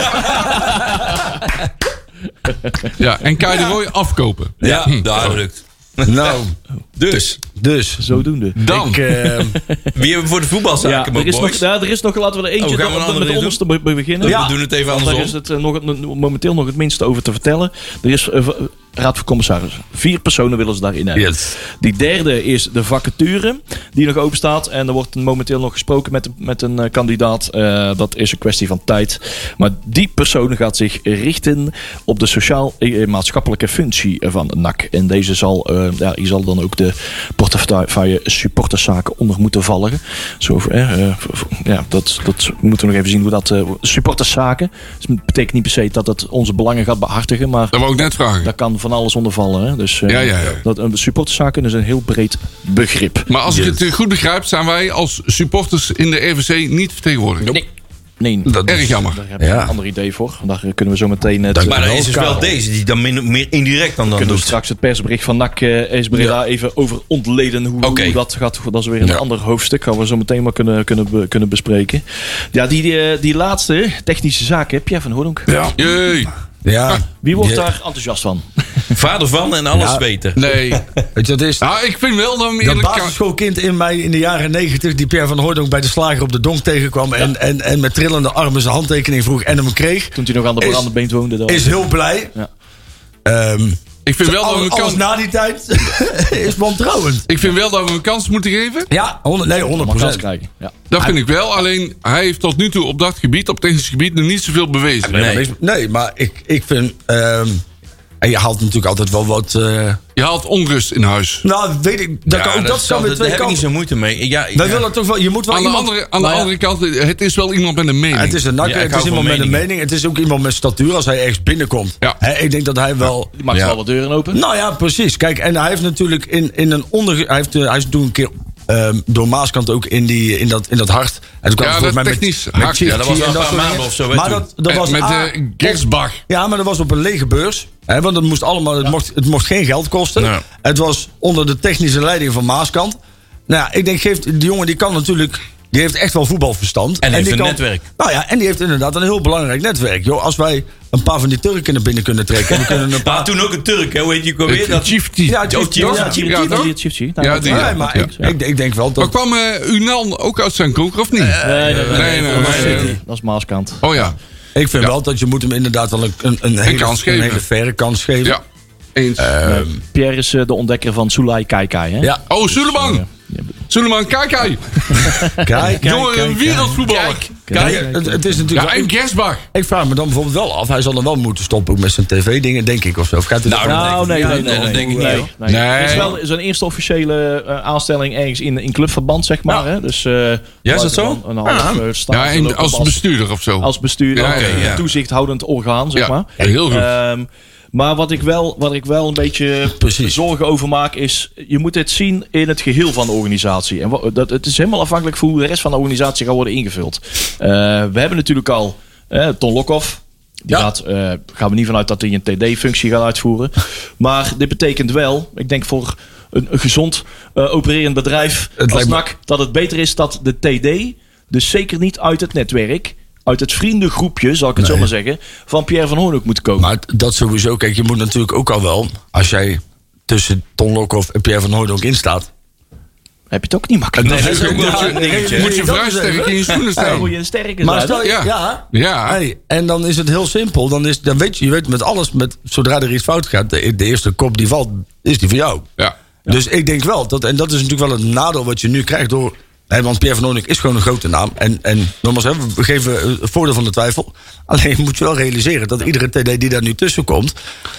ja. En Kai de Roy afkopen. Ja, duidelijk. nou, Dus, dus. Zodoende. Dan. Ik, uh, wie hebben we voor de Ja, voetbalzaken, er, is nog, boys? ja, er is nog, laten we er eentje Oh, gaan we dan- een andere met de doen? onderste be- be- beginnen. We doen het even Want daar is andersom. het uh, nog, het- momenteel nog het minste over te vertellen. Er is uh, Raad van Commissarissen. Vier personen willen ze daarin hebben. yes. Die derde is de vacature die nog open staat. En er wordt momenteel nog gesproken met, met een uh, kandidaat. Uh, dat is een kwestie van tijd. Maar die persoon gaat zich richten op de sociaal-maatschappelijke functie van N A C. En deze zal, uh, ja, hier zal dan ook de portefeuille supporterszaken onder moeten vallen. Zo, uh, uh, ja, dat, dat moeten we nog even zien hoe dat... Uh, supporterszaken. Dus het betekent niet per se dat het onze belangen gaat behartigen. Maar Dat wou ik net vragen. daar kan van alles onder vallen. Hè? Dus uh, Ja, ja, ja. Dat, een supporterszaken is een heel breed begrip. Maar als ik het goed begrijp, zijn wij als supporters in de R V C niet vertegenwoordigd. Nee. Nee, Dat Erg is- jammer. daar heb ik Ja. een ander idee voor. Daar kunnen we zo meteen... Uh, Dank Maar dan is dus Karel. wel deze die dan min, meer indirect dan dan kunnen we doet. straks het persbericht van N A C uh, S Breda even over ontleden. Hoe, Oké. hoe dat gaat. Dat is weer een Ja. ander hoofdstuk. Gaan we zo meteen maar kunnen, kunnen, be- kunnen bespreken. Ja, die, die, die laatste technische zaak, hè, Pierre van Hooydonk. Ja. Jee. Ja. Wie wordt Ja. daar enthousiast van? Vader van en alles Ja. weten. Nee. Weet je wat het is? Nou, ik vind wel dat we Dat eerlijk kan... basisschoolkind in mij in de jaren negentig... die Pierre van Hooydonk bij de slager op de Donk tegenkwam... En, en, en met trillende armen zijn handtekening vroeg en hem kreeg... Toen hij nog aan de Is- Brandenbeent woonde. Dan. is heel blij. Ja. Ehm, Ik vind wel dat we alles, een alles kans... na die tijd is wantrouwend. Ik vind wel dat we een kans moeten geven. Ja, honderd, nee, honderd Mag kans procent. krijgen. Ja. Dat vind ik wel. Alleen, hij heeft tot nu toe op dat gebied, op technisch gebied, nog niet zoveel bewezen. Nee. Nee, nee, maar ik, ik vind... ehm, en je haalt natuurlijk altijd wel wat... eh, Je haalt onrust in huis. nou, weet ik... Dat, Ja, kan, ook, dat zal- kan weer daar twee heb ik niet kanten. zo moeite mee. Ja, Wij ja. willen toch wel... Je moet wel Aan de iemand... andere, aan de Nou ja. andere kant, het is wel iemand met een mening. Het is een nakker, Ja, ik het is hou iemand van met een meningen. mening. Het is ook iemand met statuur als hij ergens binnenkomt. Ja. Hè, ik denk dat hij wel... Die maakt Ja. wel wat deuren open. Nou ja, precies. Kijk, en hij heeft natuurlijk in, in een onder... Hij, heeft, eh, hij is toen een keer ehm, door Maaskant ook in, die, in, dat, in dat hart. En toen kwam Ja, hij volgens dat mij met- technisch met hart. Chirchi Ja, dat was wel en een paar soort maanden dingen. of zo, hè, Maar toen. dat, dat Eh, was met A- de Gersbach. Ja, maar dat was op een lege beurs. Hè, want het moest allemaal, het, mocht, het mocht geen geld kosten. Ja. Het was onder de technische leiding van Maaskant. Nou ja, ik denk, geeft, die jongen die kan natuurlijk... Die heeft echt wel voetbalverstand. En heeft die een kan, netwerk. Nou ja, en die heeft inderdaad een heel belangrijk netwerk. Joh, als wij een paar van die Turken naar binnen kunnen trekken... En we kunnen een paar... Maar toen ook een Turk, hè? Hoe heet die ook alweer? Het Dat Chifty. Ja, Oh, Chifty, ja, ja. Chirchi, Ja, dat toch? is het Chifchi. Ja, die- Nee, ja. maar ik, ik, ik denk wel Maar dat... kwam uh, Unan ook uit zijn koker, of niet? Nee, nee, nee, nee, nee, dat is nee. City. Dat is Maaskant. Oh ja. Ik vind Ja. wel dat je moet hem inderdaad wel een, een, een, hele, kans geven. een hele faire kans geven. Ja. Eens. Pierre is uh, de ontdekker van Sulai Kaikai. Hè? Ja. oh, Suleiman. Suleiman, kijk hij. Kijk, Jongen, kijk, een kijk. wereldvoetballer. Kijk, het, het is natuurlijk Ja, wel- en Gersbach. ik vraag me dan bijvoorbeeld wel af. Hij zal dan wel moeten stoppen ook met zijn tv-dingen, denk ik. Of zo. Of gaat hij Nou, dat- dat Nou, nee, denk nee, ik nee, niet. nee, Dat denk ik nee, niet, nee. Nee. Het is wel zijn eerste officiële uh, aanstelling ergens in, in clubverband, zeg maar. Ja. Hè? Dus, uh, Ja, is dat zo? Een, een half Ja. uh, stage Ja, en lopen als bestuurder of zo. als bestuurder, Ja, als ja, ja. toezichthoudend orgaan, zeg Ja, maar. heel goed. Ehm, maar wat ik, wel, wat ik wel een beetje Precies. zorgen over maak is... je moet dit zien in het geheel van de organisatie. En wa- dat, het is helemaal afhankelijk van hoe de rest van de organisatie gaat worden ingevuld. Uh, we hebben natuurlijk al uh, Ton Lokhoff. Die Ja. gaat, uh, gaan we niet vanuit dat hij een T D-functie gaat uitvoeren. Maar dit betekent wel, ik denk voor een, een gezond uh, opererend bedrijf Het als lijkt me- N A C... dat het beter is dat de T D dus zeker niet uit het netwerk... uit het vriendengroepje, zal ik het Nee. zo maar zeggen... van Pierre van Hooydonk moet komen. Maar dat sowieso. Kijk, je moet natuurlijk ook al wel... Als jij tussen Ton Lokhoff en Pierre van Hooydonk in staat... Heb je het ook niet makkelijk. Nee, dat is ook wel Ja, een dingetje. Moet je dat vrij is sterk even. in je schoenen Dan staan. moet je een sterke Maar zijn. stel je, Ja. ja. Ja. Hey, en dan is het heel simpel. Dan, is, dan weet je, je weet met alles, met, zodra er iets fout gaat... De, de eerste kop die valt, is die voor jou. Ja. Dus ik denk wel, dat, en dat is natuurlijk wel het nadeel wat je nu krijgt door... Hè, want Pierre van Hooydonk is gewoon een grote naam. En, en nogmaals, hè, we geven het voordeel van de twijfel. Alleen moet je wel realiseren dat iedere T D die daar nu tussen komt...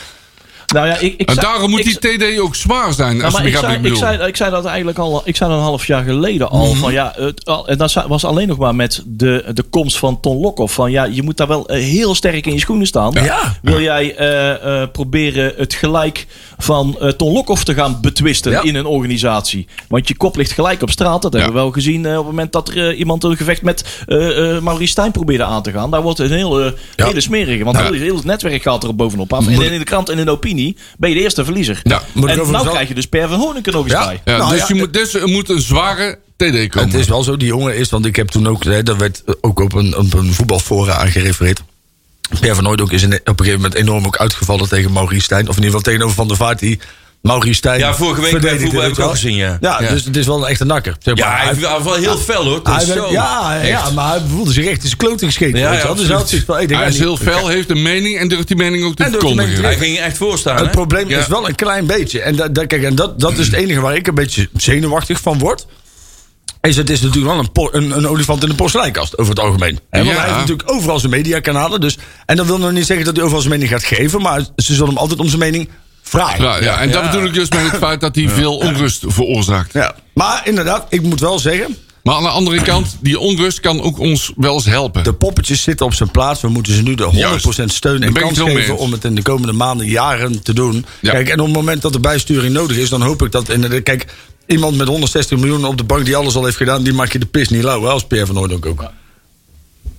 Nou ja, ik, ik En zei- daarom moet ik- die T D ook zwaar zijn. Ja, Als maar je ik, begrijpt zei, wat ik, ik bedoel. zei, ik zei dat eigenlijk al. Ik zei dat een half jaar geleden al. Van, ja, het, al- en dat was alleen nog maar met de, de komst van Ton Lokhoff. Van ja, je moet daar wel eh, heel sterk in je schoenen staan. Ja. Wil jij eh, eh, proberen het gelijk van eh, Ton Lokhoff te gaan betwisten Ja. in een organisatie? Want je kop ligt gelijk op straat. Dat hebben we wel gezien eh, op het moment dat er eh, iemand een gevecht met eh eh Maurice Stijn probeerde aan te gaan. Daar wordt een hele, Ja. hele smerige. Want heel, heel het netwerk gaat er bovenop af. En in de krant en in de opinie ben je de eerste verliezer. Ja, moet ik en over nou zelf- krijg je dus Per van Hooydonk er nog eens Ja. bij. Ja, Nou, dus, ja, je moet, dus er moet een zware T D komen. Het is wel zo, die jongen is, want ik heb toen ook, hè, daar werd ook op een, op een voetbalfora aan gerefereerd. Pierre van Hooydonk is in, op een gegeven moment enorm ook uitgevallen tegen Maurice Stijn. Of in ieder geval tegenover Van der Vaart, die Maurice Stijn Ja, vorige week bij verdedigde, voetbal heb weet ik je ook wel. gezien, ja. Ja, Ja. dus het is wel een echte nakker. Zeg maar. Ja, hij was wel heel fel hoor. Dat hij is werd- zo. ja, ja, Echt. maar hij voelde zich echt in zijn kloten gescheten. Ja, weet je wel. ja, Dus hij had zoiets van, hey, dit Hij gaat is niet. heel fel, heeft een mening en durft die mening ook te En durft die verkondigen. mening Hij ging echt voorstaan. Het hè? probleem Ja. is wel een klein beetje. En, dat, dat, kijk, en dat, dat is het enige waar ik een beetje zenuwachtig van word. Is het is natuurlijk wel een, po- een, een olifant in de porseleinkast over het algemeen. Hè, want Ja. hij heeft natuurlijk overal zijn mediakanalen. Dus, en dat wil nog niet zeggen dat hij overal zijn mening gaat geven. Maar ze zullen hem altijd om zijn mening vragen. Ja, ja, en dat Ja. bedoel ik dus met het feit dat hij veel onrust veroorzaakt. Ja. Maar inderdaad, ik moet wel zeggen... Maar aan de andere kant, die onrust kan ook ons wel eens helpen. De poppetjes zitten op zijn plaats. We moeten ze nu de honderd procent steun en Daar ben ik kans het wel mee geven eens. om het in de komende maanden, jaren te doen. Ja. Kijk, en op het moment dat de bijsturing nodig is, dan hoop ik dat... In de, kijk, iemand met honderdzestig miljoen op de bank die alles al heeft gedaan, die maak je de pis niet lauw, hè, als Pierre van Hooydonk ook.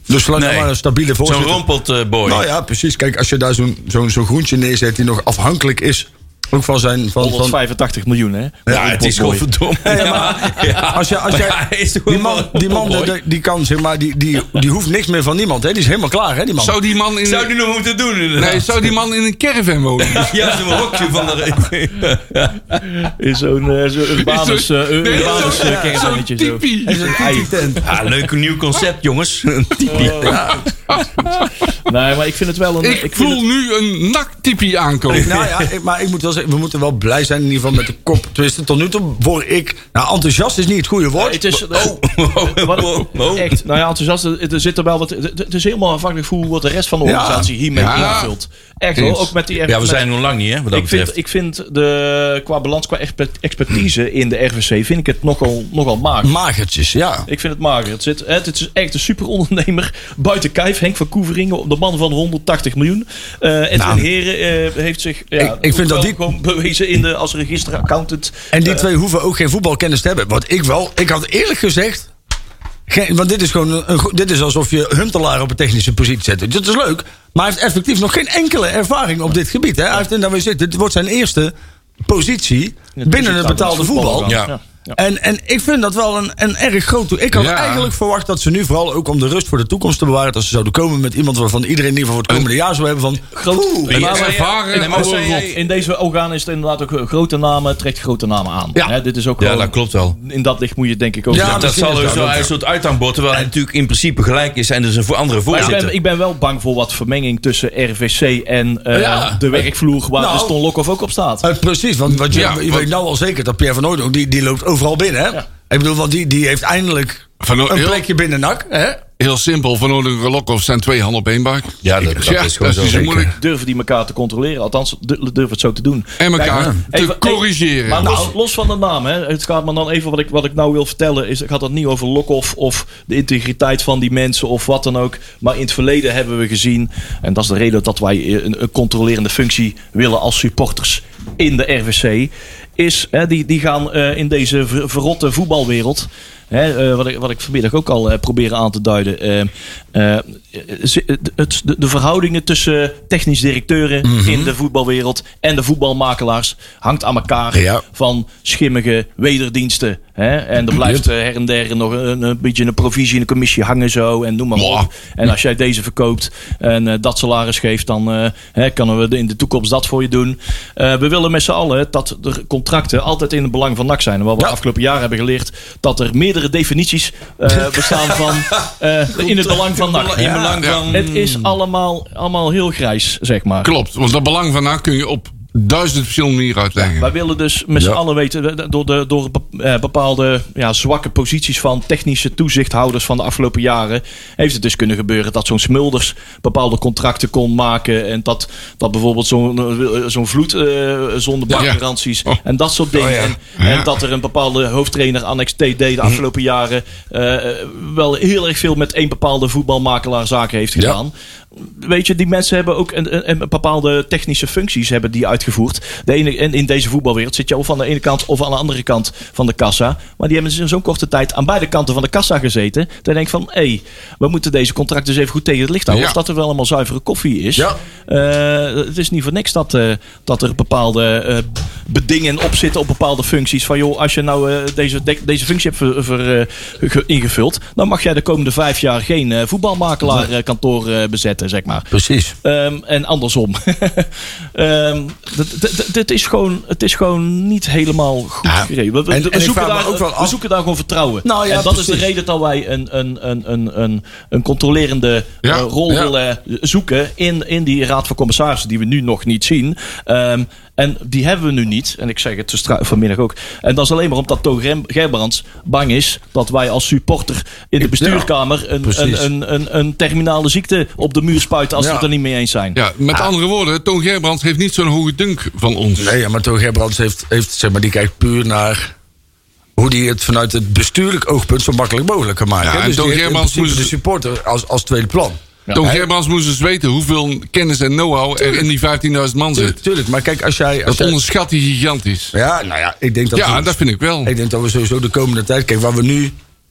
Dus zolang Nee. er maar een stabiele Zo'n voorzitter... rompelt uh, boy. Nou ja, precies. Kijk, als je daar zo'n zo'n zo'n groentje neerzet die nog afhankelijk is... Ook van zijn... Van, van, honderdvijfentachtig miljoen, hè? Ja, het is gewoon verdomme. Ja, ja. als je, als jij, Maar hij is toch die gewoon man, een die, man rompelboy? die, die kan, zeg maar, die, die, die hoeft niks meer van niemand. Hè? Die is helemaal klaar, hè, die man. Zou die man in Zou een, die nog moeten doen inderdaad? nee, zou die man in een caravan wonen? Ja, zo'n hokje van de... In zo'n uh, zo urbanus, uh, Nee, urbanus zo'n- uh, caravannetje zo'n zo. tipi. Hij is een tipi-tent. Ja, leuk nieuw concept, jongens. Een typie. Nee, maar ik vind het wel een... Ik vind voel het- nu een naktipi aankomen. Nou ja, ik, maar ik moet wel zeggen, we moeten wel blij zijn in ieder geval met de kop. Tenminste, tot nu toe word ik... Nou, enthousiast is niet het goede woord. Het is, Oh, wat- oh, oh. Echt, nou ja, enthousiast. Er er zit er wel wat. Het het is helemaal afhankelijk van hoe wordt de rest van de Ja. organisatie hiermee Ja. ingevuld. Echt hoor, Eens. ook met die. Ja, we met- zijn nog lang niet, hè, wat dat ik vind, betreft. ik vind de qua balans, qua exper- expertise in de R V C vind ik het nogal, nogal mager. Magertjes, ja. Ik vind het mager. Het, zit, het is echt een super ondernemer. Buiten kijf, Henk van Koeveringen, de man van honderdtachtig miljoen. Uh, Edwin Nou. Heren uh, heeft zich ja, Ik- ik vind ook dat wel die- gewoon bewezen in de, als registeraccountant. En die Uh, twee hoeven ook geen voetbalkennis te hebben. Wat ik wel... Ik had eerlijk gezegd... Geen, want dit is gewoon een, een go- dit is alsof je Huntelaar op een technische positie zet. Dat is leuk. Maar hij heeft effectief nog geen enkele ervaring op dit gebied. Hè? Hij heeft in, nou, dit wordt zijn eerste positie binnen het betaalde voetbal. Ja. Ja. Ja. En, en ik vind dat wel een, een erg groot toe. Ik had Ja. eigenlijk verwacht dat ze nu vooral ook om de rust voor de toekomst te bewaren. Dat ze zouden komen met iemand waarvan iedereen in ieder geval voor het komende jaar zou hebben van. Groot, oeh, Een maar- maar- ervaren in- maar oude zei jij- rot. in deze orgaan is het inderdaad ook grote namen, trekt grote namen aan. Ja. Hè, dit is ook Ja, gewoon- dat klopt wel. In dat licht moet je het denk ik ook Ja, zien. maar- Dat misschien zal is dus dat wel ook, een ja. soort uithangbord, terwijl hij natuurlijk in principe gelijk is en dus een voor andere Maar ik, voorzitter. ben, ik ben wel bang voor wat vermenging tussen R V C en uh, Ja. de werkvloer waar Nou. de Ston Lokhoff ook op staat. Eh, precies, want, want je, Ja, je want- weet nou al zeker dat Pierre van Hooydonk, die, die loopt overal binnen. Hè? Ja. Ik bedoel, want die, die heeft eindelijk Van o- een heel- plekje binnen N A C. Hè? Heel simpel, Van Oudonk en Lokhoff zijn twee handen op één buik. Ja, dat, dat Ja, is gewoon dat zo. is niet zo moeilijk. Durven die elkaar te controleren? Althans, du- durven het zo te doen. En elkaar Kijk, te even- corrigeren. Maar Nou. los, los van de naam, hè, het gaat me dan even wat ik, wat ik nou wil vertellen. Is, ik had het niet over Lokhoff of de integriteit van die mensen of wat dan ook. Maar in het verleden hebben we gezien, en dat is de reden dat wij een, een controlerende functie willen als supporters in de R V C. Is, hè, die, die gaan uh, in deze ver, verrotte voetbalwereld. Hè, uh, wat, ik, wat ik vanmiddag ook al uh, probeer aan te duiden. Uh, uh, het, de, de verhoudingen tussen technisch directeuren mm-hmm. in de voetbalwereld en de voetbalmakelaars hangt aan elkaar Ja. van schimmige wederdiensten. Hè? En er blijft uh, her en der nog een, een beetje een provisie in de commissie hangen zo. En noem maar Wow. op. En als jij deze verkoopt en uh, dat salaris geeft, dan uh, hè, kunnen we in de toekomst dat voor je doen. Uh, we willen met z'n allen dat de contracten altijd in het belang van N A C zijn. En wat we Ja. afgelopen jaar hebben geleerd, dat er meerdere definities uh, bestaan van uh, in het belang van N A C. In belang Ja. van... Het is allemaal, allemaal heel grijs, zeg maar. Klopt, want dat belang van N A C kun je op duizend verschillende manieren uitleggen. Wij willen dus met z'n Ja. allen weten, door, de, door be- eh, bepaalde ja, zwakke posities van technische toezichthouders van de afgelopen jaren, heeft het dus kunnen gebeuren dat zo'n Smulders bepaalde contracten kon maken. En dat, dat bijvoorbeeld zo'n eh, zo'n vloed eh, zonder Ja. bankgaranties Oh. en dat soort dingen. Oh ja. en, Ja. en dat er een bepaalde hoofdtrainer Annex T D de afgelopen jaren eh, wel heel erg veel met één bepaalde voetbalmakelaar zaken heeft Ja. gedaan. Weet je, die mensen hebben ook een, een, een bepaalde technische functies hebben die uitgevoerd. De ene, en in deze voetbalwereld zit je of aan de ene kant of aan de andere kant van de kassa. Maar die hebben dus in zo'n korte tijd aan beide kanten van de kassa gezeten. Dan denk ik van, hé, hey, we moeten deze contracten eens even goed tegen het licht houden. Ja. Of dat er wel allemaal zuivere koffie is. Ja. Uh, het is niet voor niks dat, uh, dat er bepaalde uh, bedingen op zitten op bepaalde functies. Van joh, als je nou uh, deze, de, deze functie hebt ver, ver, uh, ge, ingevuld, dan mag jij de komende vijf jaar geen uh, voetbalmakelaar uh, kantoor uh, bezetten. Zeg maar. Precies. Um, en andersom. um, het is gewoon, het is gewoon niet helemaal goed Ja. geregeld. We, En- we, en ik zoeken vraag me daar, ook wel we af- zoeken daar gewoon vertrouwen. Nou ja, en dat is precies. de reden dat wij een, een, een, een, een, een controlerende Ja. uh, rol Ja. willen zoeken in, in die raad van commissarissen die we nu nog niet zien. Um, en die hebben we nu niet. En ik zeg het stra- vanmiddag ook. En dat is alleen maar omdat Toon Germ- Gerbrands bang is dat wij als supporter in de bestuurskamer een, precies. een, een, een, een terminale ziekte op de muur spuiten als Ja. we het er niet mee eens zijn. Ja, met andere woorden, Toon Gerbrands heeft niet zo'n hoge dunk van ons. Nee, ja, maar Toon Gerbrands heeft, heeft, zeg maar, die kijkt puur naar hoe hij het vanuit het bestuurlijk oogpunt zo makkelijk mogelijk kan maken. Ja, Hè? en dus Toon die heeft in Gerbrands principe moest- de supporter als, als tweede plan. Toon Hij- Gerbrands moest eens weten hoeveel kennis en know-how er in die vijftienduizend man Tuurlijk, zit. tuurlijk, maar kijk, als jij... Als Dat jij onderschat hij gigantisch. ja, nou ja, ik denk dat... Ja, we, dat vind ik wel. ik denk dat we sowieso de komende tijd... Kijk, waar we nu...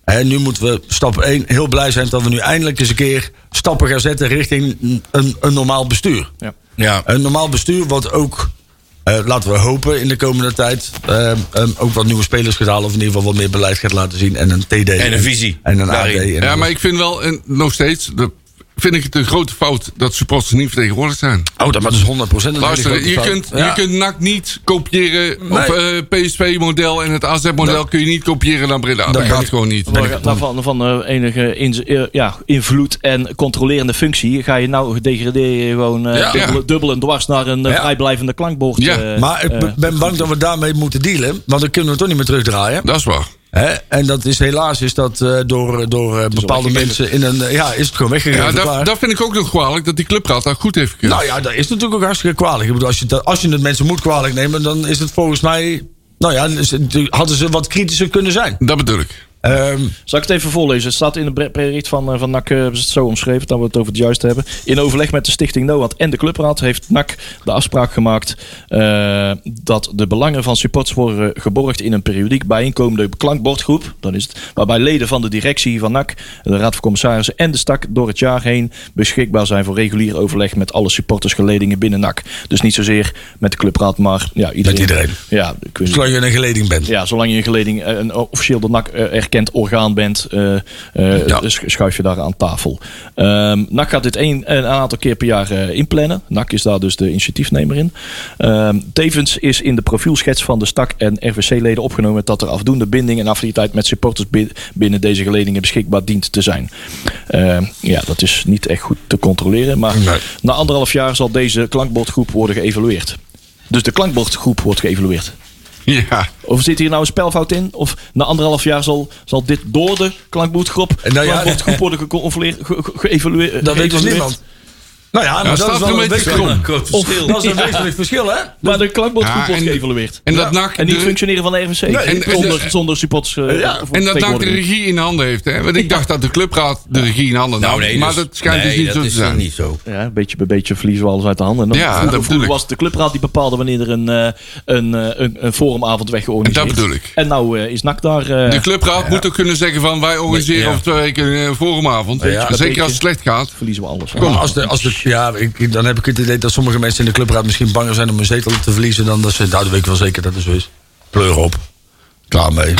Hè, nu moeten we stap één heel blij zijn dat we nu eindelijk eens een keer stappen gaan zetten richting een, een normaal bestuur. Ja. Ja. Een normaal bestuur wat ook, uh, laten we hopen in de komende tijd, uh, um, ook wat nieuwe spelers gaat halen. Of in ieder geval wat meer beleid gaat laten zien. En een T D. En een visie. En een A D. Daarin. En Ja, een- maar ik vind wel, en nog steeds, de, vind ik het een grote fout dat supporters niet vertegenwoordigd zijn. Oh, dat maar dus honderd procent. een hele Luister, grote je fout. kunt, Ja. je kunt N A C niet kopiëren. Nee. Of uh, P S V-model en het A Z-model Dat- kun je niet kopiëren naar Breda. Dat, Dat gaat ben ik- gewoon niet. Maar ga- van, van uh, enige in, uh, ja, invloed en controlerende functie ga je nou degraderen gewoon uh, Ja. dubbel, Ja. dubbel en dwars naar een uh, Ja. vrijblijvende klankbord. Ja. uh, Maar ik uh, be- ben bang dat we daarmee moeten dealen. Want dan kunnen we het toch niet meer terugdraaien. Dat is waar. Hè? En dat is helaas is dat, uh, door, door uh, bepaalde mensen in een. Uh, ja, is het gewoon weggegeven. Ja, klaar. dat, dat vind ik ook nog kwalijk, dat die clubraad dat goed heeft gekeurd. Nou ja, dat is natuurlijk ook hartstikke kwalijk. Ik bedoel, als je, dat, als je het mensen moet kwalijk nemen, dan is het volgens mij. Nou ja, is het- hadden ze wat kritischer kunnen zijn. Dat bedoel ik. Ehm, Zal ik het even voorlezen? Het staat in de bre- bericht van, uh, van N A C, uh, hebben ze het zo omschreven, dat we het over het juiste hebben. In overleg met de stichting NOAD en de clubraad heeft N A C de afspraak gemaakt uh, dat de belangen van supporters worden geborgd in een periodiek bijeenkomende klankbordgroep. Dat is het, waarbij leden van de directie van N A C, de raad van commissarissen en de stak door het jaar heen beschikbaar zijn voor regulier overleg met alle supportersgeledingen binnen N A C. Dus niet zozeer met de clubraad, maar ja, iedereen. Met iedereen. Ja, ik weet niet. zolang je een geleding bent. Ja, zolang je een geleding, eh, een officieel door N A C eh, erkend orgaan bent, uh, uh, Ja. dus schuif je daar aan tafel. Um, N A C gaat dit een, een aantal keer per jaar uh, inplannen. N A C is daar dus de initiatiefnemer in. Um, tevens is in de profielschets van de stak en R V C-leden opgenomen dat er afdoende binding en affiniteit met supporters bi- binnen deze geledingen beschikbaar dient te zijn. Um, ja, dat is niet echt goed te controleren, maar Nee. na anderhalf jaar zal deze klankbordgroep worden geëvalueerd. Dus de klankbordgroep wordt geëvalueerd. Ja. Of zit hier nou een spelfout in? Of na anderhalf jaar zal, zal dit door de klankbordgroep Nou ja, klankbordgroep worden gecontroleerd, ge, ge, geëvalueerd? Dat weet dus geëvalueerd? niemand. Nou ja, maar Ja, dat staat is er wel een een beetje wezenlijk, krom. Groot verschil. dat is een wezenlijk verschil, hè? Maar de klankbordgroep Ja, wordt en- geëvalueerd. En dat Ja. N A C En niet de- functioneren van de R V C. Nee, en- en- zonder, en- zonder supporters. uh, Ja. voor En dat N A C de vertegenwoordiging. regie in handen heeft. Hè? Want ik dacht dat de clubraad de regie in handen nam. Nou nee, maar dus- dat schijnt nee, dus niet dat zo te is zijn. niet zo. Ja, beetje bij beetje verliezen we alles uit de handen. En dan, Ja, dat vroeger, bedoel vroeger ik. was het de clubraad die bepaalde wanneer er een, uh, een, uh, een, een forumavond werd georganiseerd. Dat bedoel ik. En nou uh, is N A C daar... Uh, De clubraad moet ook kunnen zeggen van wij organiseren Ja. over twee weken een forumavond. Ja, dat Zeker beetje- als het slecht gaat. verliezen we alles. Maar als de, als de, ja, ik, dan heb ik het idee dat sommige mensen in de clubraad misschien banger zijn om een zetel te verliezen dan dat ze. Nou, dat weet ik wel zeker dat het zo is. Pleur op. Klaar mee.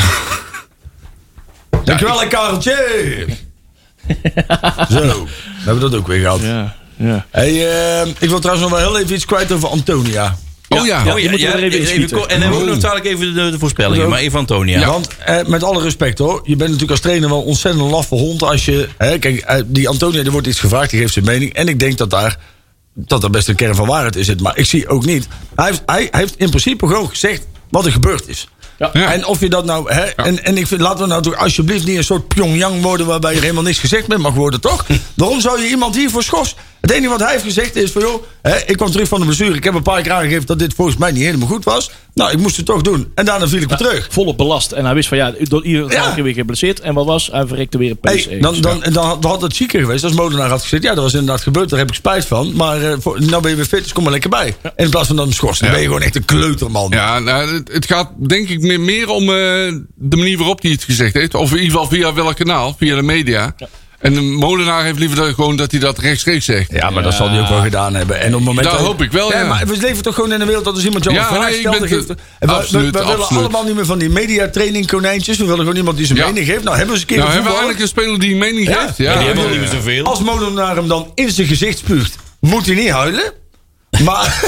Dankjewel, hè, Kareltje. Zo, we hebben dat ook weer gehad. Ja, ja. Hey, eh, ik wil trouwens nog wel heel even iets kwijt over Antonia. Oh ja. Ja, die moeten we er even inschieten. ko- en dan hebben we ook nog dadelijk even de, de voorspellingen. Maar even Antonia. Want eh, met alle respect hoor, je bent natuurlijk als trainer wel ontzettend een laffe hond als je. Hè, kijk, eh, die Antonia die wordt iets gevraagd, die geeft zijn mening. En ik denk dat daar, dat er best een kern van waarheid in zit. Maar ik zie ook niet. Hij heeft, hij, hij heeft in principe gewoon gezegd wat er gebeurd is. Ja. Ja. En of je dat nou. Hè, en, en ik vind, laten we nou toch alsjeblieft niet een soort Pyongyang worden waarbij er helemaal niks gezegd meer mag worden, toch? Waarom zou je iemand hiervoor schorsen? Het enige wat hij heeft gezegd is van joh, hè, ik kwam terug van de blessure. Ik heb een paar keer aangegeven dat dit volgens mij niet helemaal goed was. Nou, ik moest het toch doen. En daarna viel ik weer terug. Volop belast. En hij wist van ja, door iedere Ja. keer weer geblesseerd. En wat was? Hij verrekte weer een P C. Hey, dan, dan, dan had- had het zieker geweest als Molenaar had gezegd. Ja, dat was inderdaad gebeurd, daar heb ik spijt van. Maar eh, voor, nou ben je weer fit, dus kom maar lekker bij. En in plaats van dan hem schorsen, dan Ja. ben je gewoon echt een kleuterman. Ja, nou, het, het gaat denk ik meer, meer om eh, de manier waarop hij het gezegd heeft. Of in ieder geval via welk kanaal, via de media. En de Molenaar heeft liever dat, gewoon dat hij dat rechtstreeks zegt. Ja, maar dat zal hij ook wel gedaan hebben. En op het moment Dat hoop ik wel, ja. Maar we leven toch gewoon in een wereld dat als iemand jou Ja, een vraag nee, ik stelt... ben dan het- geeft- en we, absoluut, we, we willen absoluut. allemaal niet meer van die mediatraining konijntjes. We willen gewoon iemand die zijn Ja. mening geeft. Nou, hebben we eens een keer Nou, een hebben we voetballer. eigenlijk een speler die een mening Ja. geeft? Ja, Ja, Die hebben ja, al niet ja. meer zoveel. Als Molenaar hem dan in zijn gezicht spuugt, moet hij niet huilen. Maar,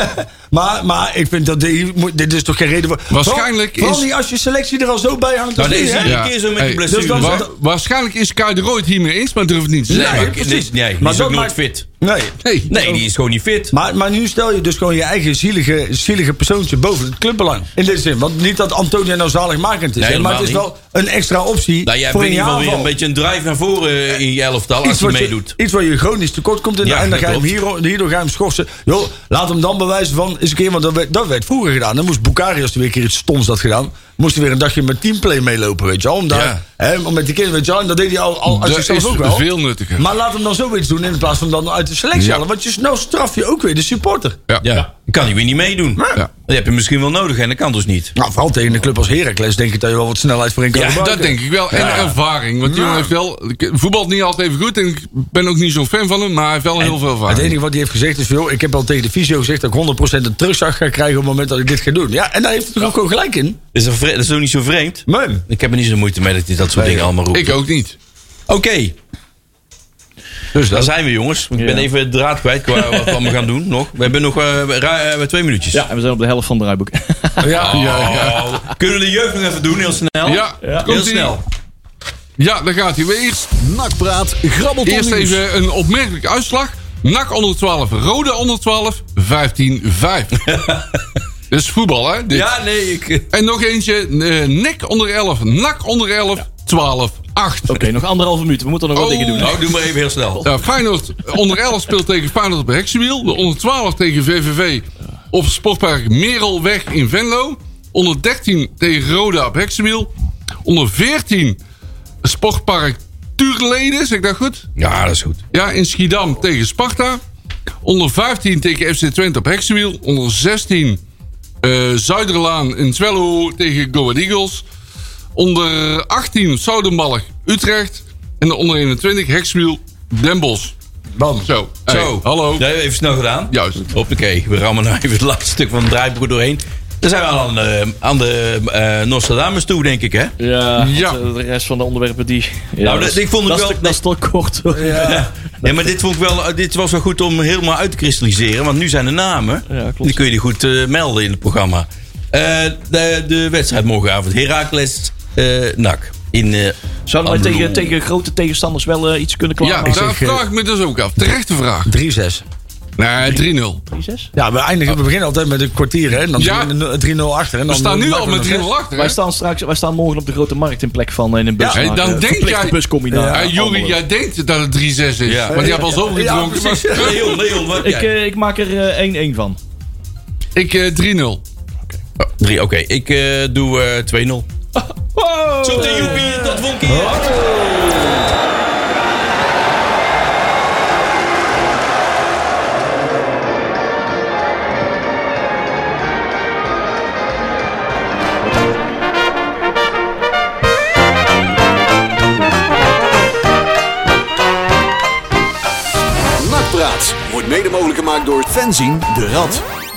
maar, maar ik vind dat dit, dit is toch geen reden voor... Waarschijnlijk Vooral is- niet als je selectie er al zo bij hangt. Nou, als deze nu, hè? iedere keer zo met die Hey, blessure. dus dan- Wa- waarschijnlijk is Kai de Roy het hiermee eens, maar durft het niet te Nee, zeggen. maar- precies. nee, nee, die Maar is dat ook nooit maakt- fit. Nee. Nee. Nee, die is gewoon niet fit. Maar, maar nu stel je dus gewoon je eigen zielige, zielige persoontje boven het clubbelang. In deze zin. Want niet dat Antonia nou zaligmakend is. Nee, hè, maar het is helemaal wel een extra optie Nou, jij hebt voor in een ieder geval weer jaarval. een beetje een drive naar voren in je elftal als Iets hij wat, je, meedoet. iets waar je chronisch tekort komt in Ja, en dan dat ga je hem klopt. hierdoor, hierdoor ga je hem schorsen. Joh, laat hem dan bewijzen van eens een keer, want dat werd, dat werd vroeger gedaan. Dan moest Bukari, als hij weer een keer iets stoms had gedaan, moest hij weer een dagje met teamplay meelopen, weet je wel. Om, daar, Ja. hè, om met die kinderen, weet je wel. En dat deed hij al, al uit Dat zichzelf is ook wel. veel nuttiger. Maar laat hem dan zoiets doen in plaats van dan uit de selectie Ja. halen. Want je, nou straf je ook weer de supporter. Ja. Ja. kan hij weer niet meedoen. Ja. Dat heb je misschien wel nodig en dat kan dus niet. Nou, vooral tegen een club als Heracles denk ik dat je wel wat snelheid voor in kan Ja, gebruiken. Dat denk ik wel. En Ja. ervaring. Want die jongen heeft wel... voetbalt niet altijd even goed. En ik ben ook niet zo'n fan van hem. Maar hij heeft wel heel veel Het ervaring. enige wat hij heeft gezegd is... Joh, ik heb al tegen de fysio gezegd dat ik honderd procent een terugslag ga krijgen... op het moment dat ik dit ga doen. Ja, en daar heeft hij toch ook gewoon gelijk in? Is dat, vre- dat is ook niet zo vreemd? Nee. Ik heb er niet zo moeite mee dat hij dat soort dingen allemaal roept. Ik ook niet. Oké, Dus daar dat. zijn we jongens. Ik Ja. ben even de draad kwijt qua wat we allemaal gaan doen nog. We hebben nog uh, ra- uh, twee minuutjes. Ja, en we zijn op de helft van het draaiboek. Ja, ja, ja. Oh, kunnen we de jeugd nog even doen, heel snel? Ja, Heel komt-ie. snel. Ja, daar gaat hij weer. Eerst, Nakpraat, grabbelton eerst nieuws. even een opmerkelijke uitslag. N A C onder twaalf, Roda onder twaalf, vijftien vijf. Dat is voetbal, hè? Dit. Ja, nee, ik... En nog eentje, uh, N E C onder elf, N A C onder elf, twaalf acht. Oké, nog anderhalve minuut. We moeten nog wat Oh. dingen doen. Nou, doe maar even heel snel. Ja, Feyenoord onder elf speelt tegen Feyenoord op Heksenwiel. De onder twaalf tegen V V V op Sportpark Merelweg in Venlo. onder dertien tegen Roda op Heksenwiel. onder veertien Sportpark Tuurleden, zeg ik dat goed? Ja, dat is goed. Ja, in Schiedam tegen Sparta. onder vijftien tegen F C Twente op Heksenwiel. onder zestien uh, Zuiderlaan in Twello tegen Go Ahead Eagles. onder achttien Zoudenbalg Utrecht. En de onder eenentwintig Heksenwiel Den Bosch. Bam. Zo, hey, Zo. hallo. Ja, even snel gedaan. Juist. Hoppakee, we rammen nou even het laatste stuk van het draaiboek doorheen. Dan zijn we al aan de, aan de uh, Nostradamus toe, denk ik, hè? Ja, Ja. want, uh, de rest van de onderwerpen die... Ja, Nou, dat dat- is- ik vond het dat wel- Is, dat is toch kort. Hoor. Ja. Ja, maar dit, vond ik wel, dit was wel goed om helemaal uit te kristalliseren. Want nu zijn de namen. Ja, klopt. Die kun je die goed uh, melden in het programma. Uh, de, de wedstrijd morgenavond. Heracles uh, N A C. In, uh, Zouden wij Amsterdam. tegen, tegen grote tegenstanders wel uh, iets kunnen Ja, klaarmaken? daar zeg, vraag ik me dus ook af. Terechte vraag. drie zes. Nee, drie nul. drie zes? Ja, we eindigen, we beginnen altijd met een kwartier, hè? En dan Ja. zijn we drie nul achter. En We dan staan nu maken al we met nog drie zes. nul achter. Wij hè? staan straks, wij staan morgen op de grote markt in plek van in een bus. Ja, naar, dan uh, denk verplichte jij- buscombinatie. Ja, Jori, jij denkt dat het drie zes is. Ja. Want je hebt al zoveel Ja, gedronken. precies. maar- Leon, Leon, wat Ik, jij? uh, ik maak er uh, één één van. Ik uh, drie nul. Oh, drie, oké. Ik uh, doe uh, twee nul. Wow! Zo te joepie, tot volgende keer. Nakpraat wordt mede mogelijk gemaakt door Fenzin de Rad.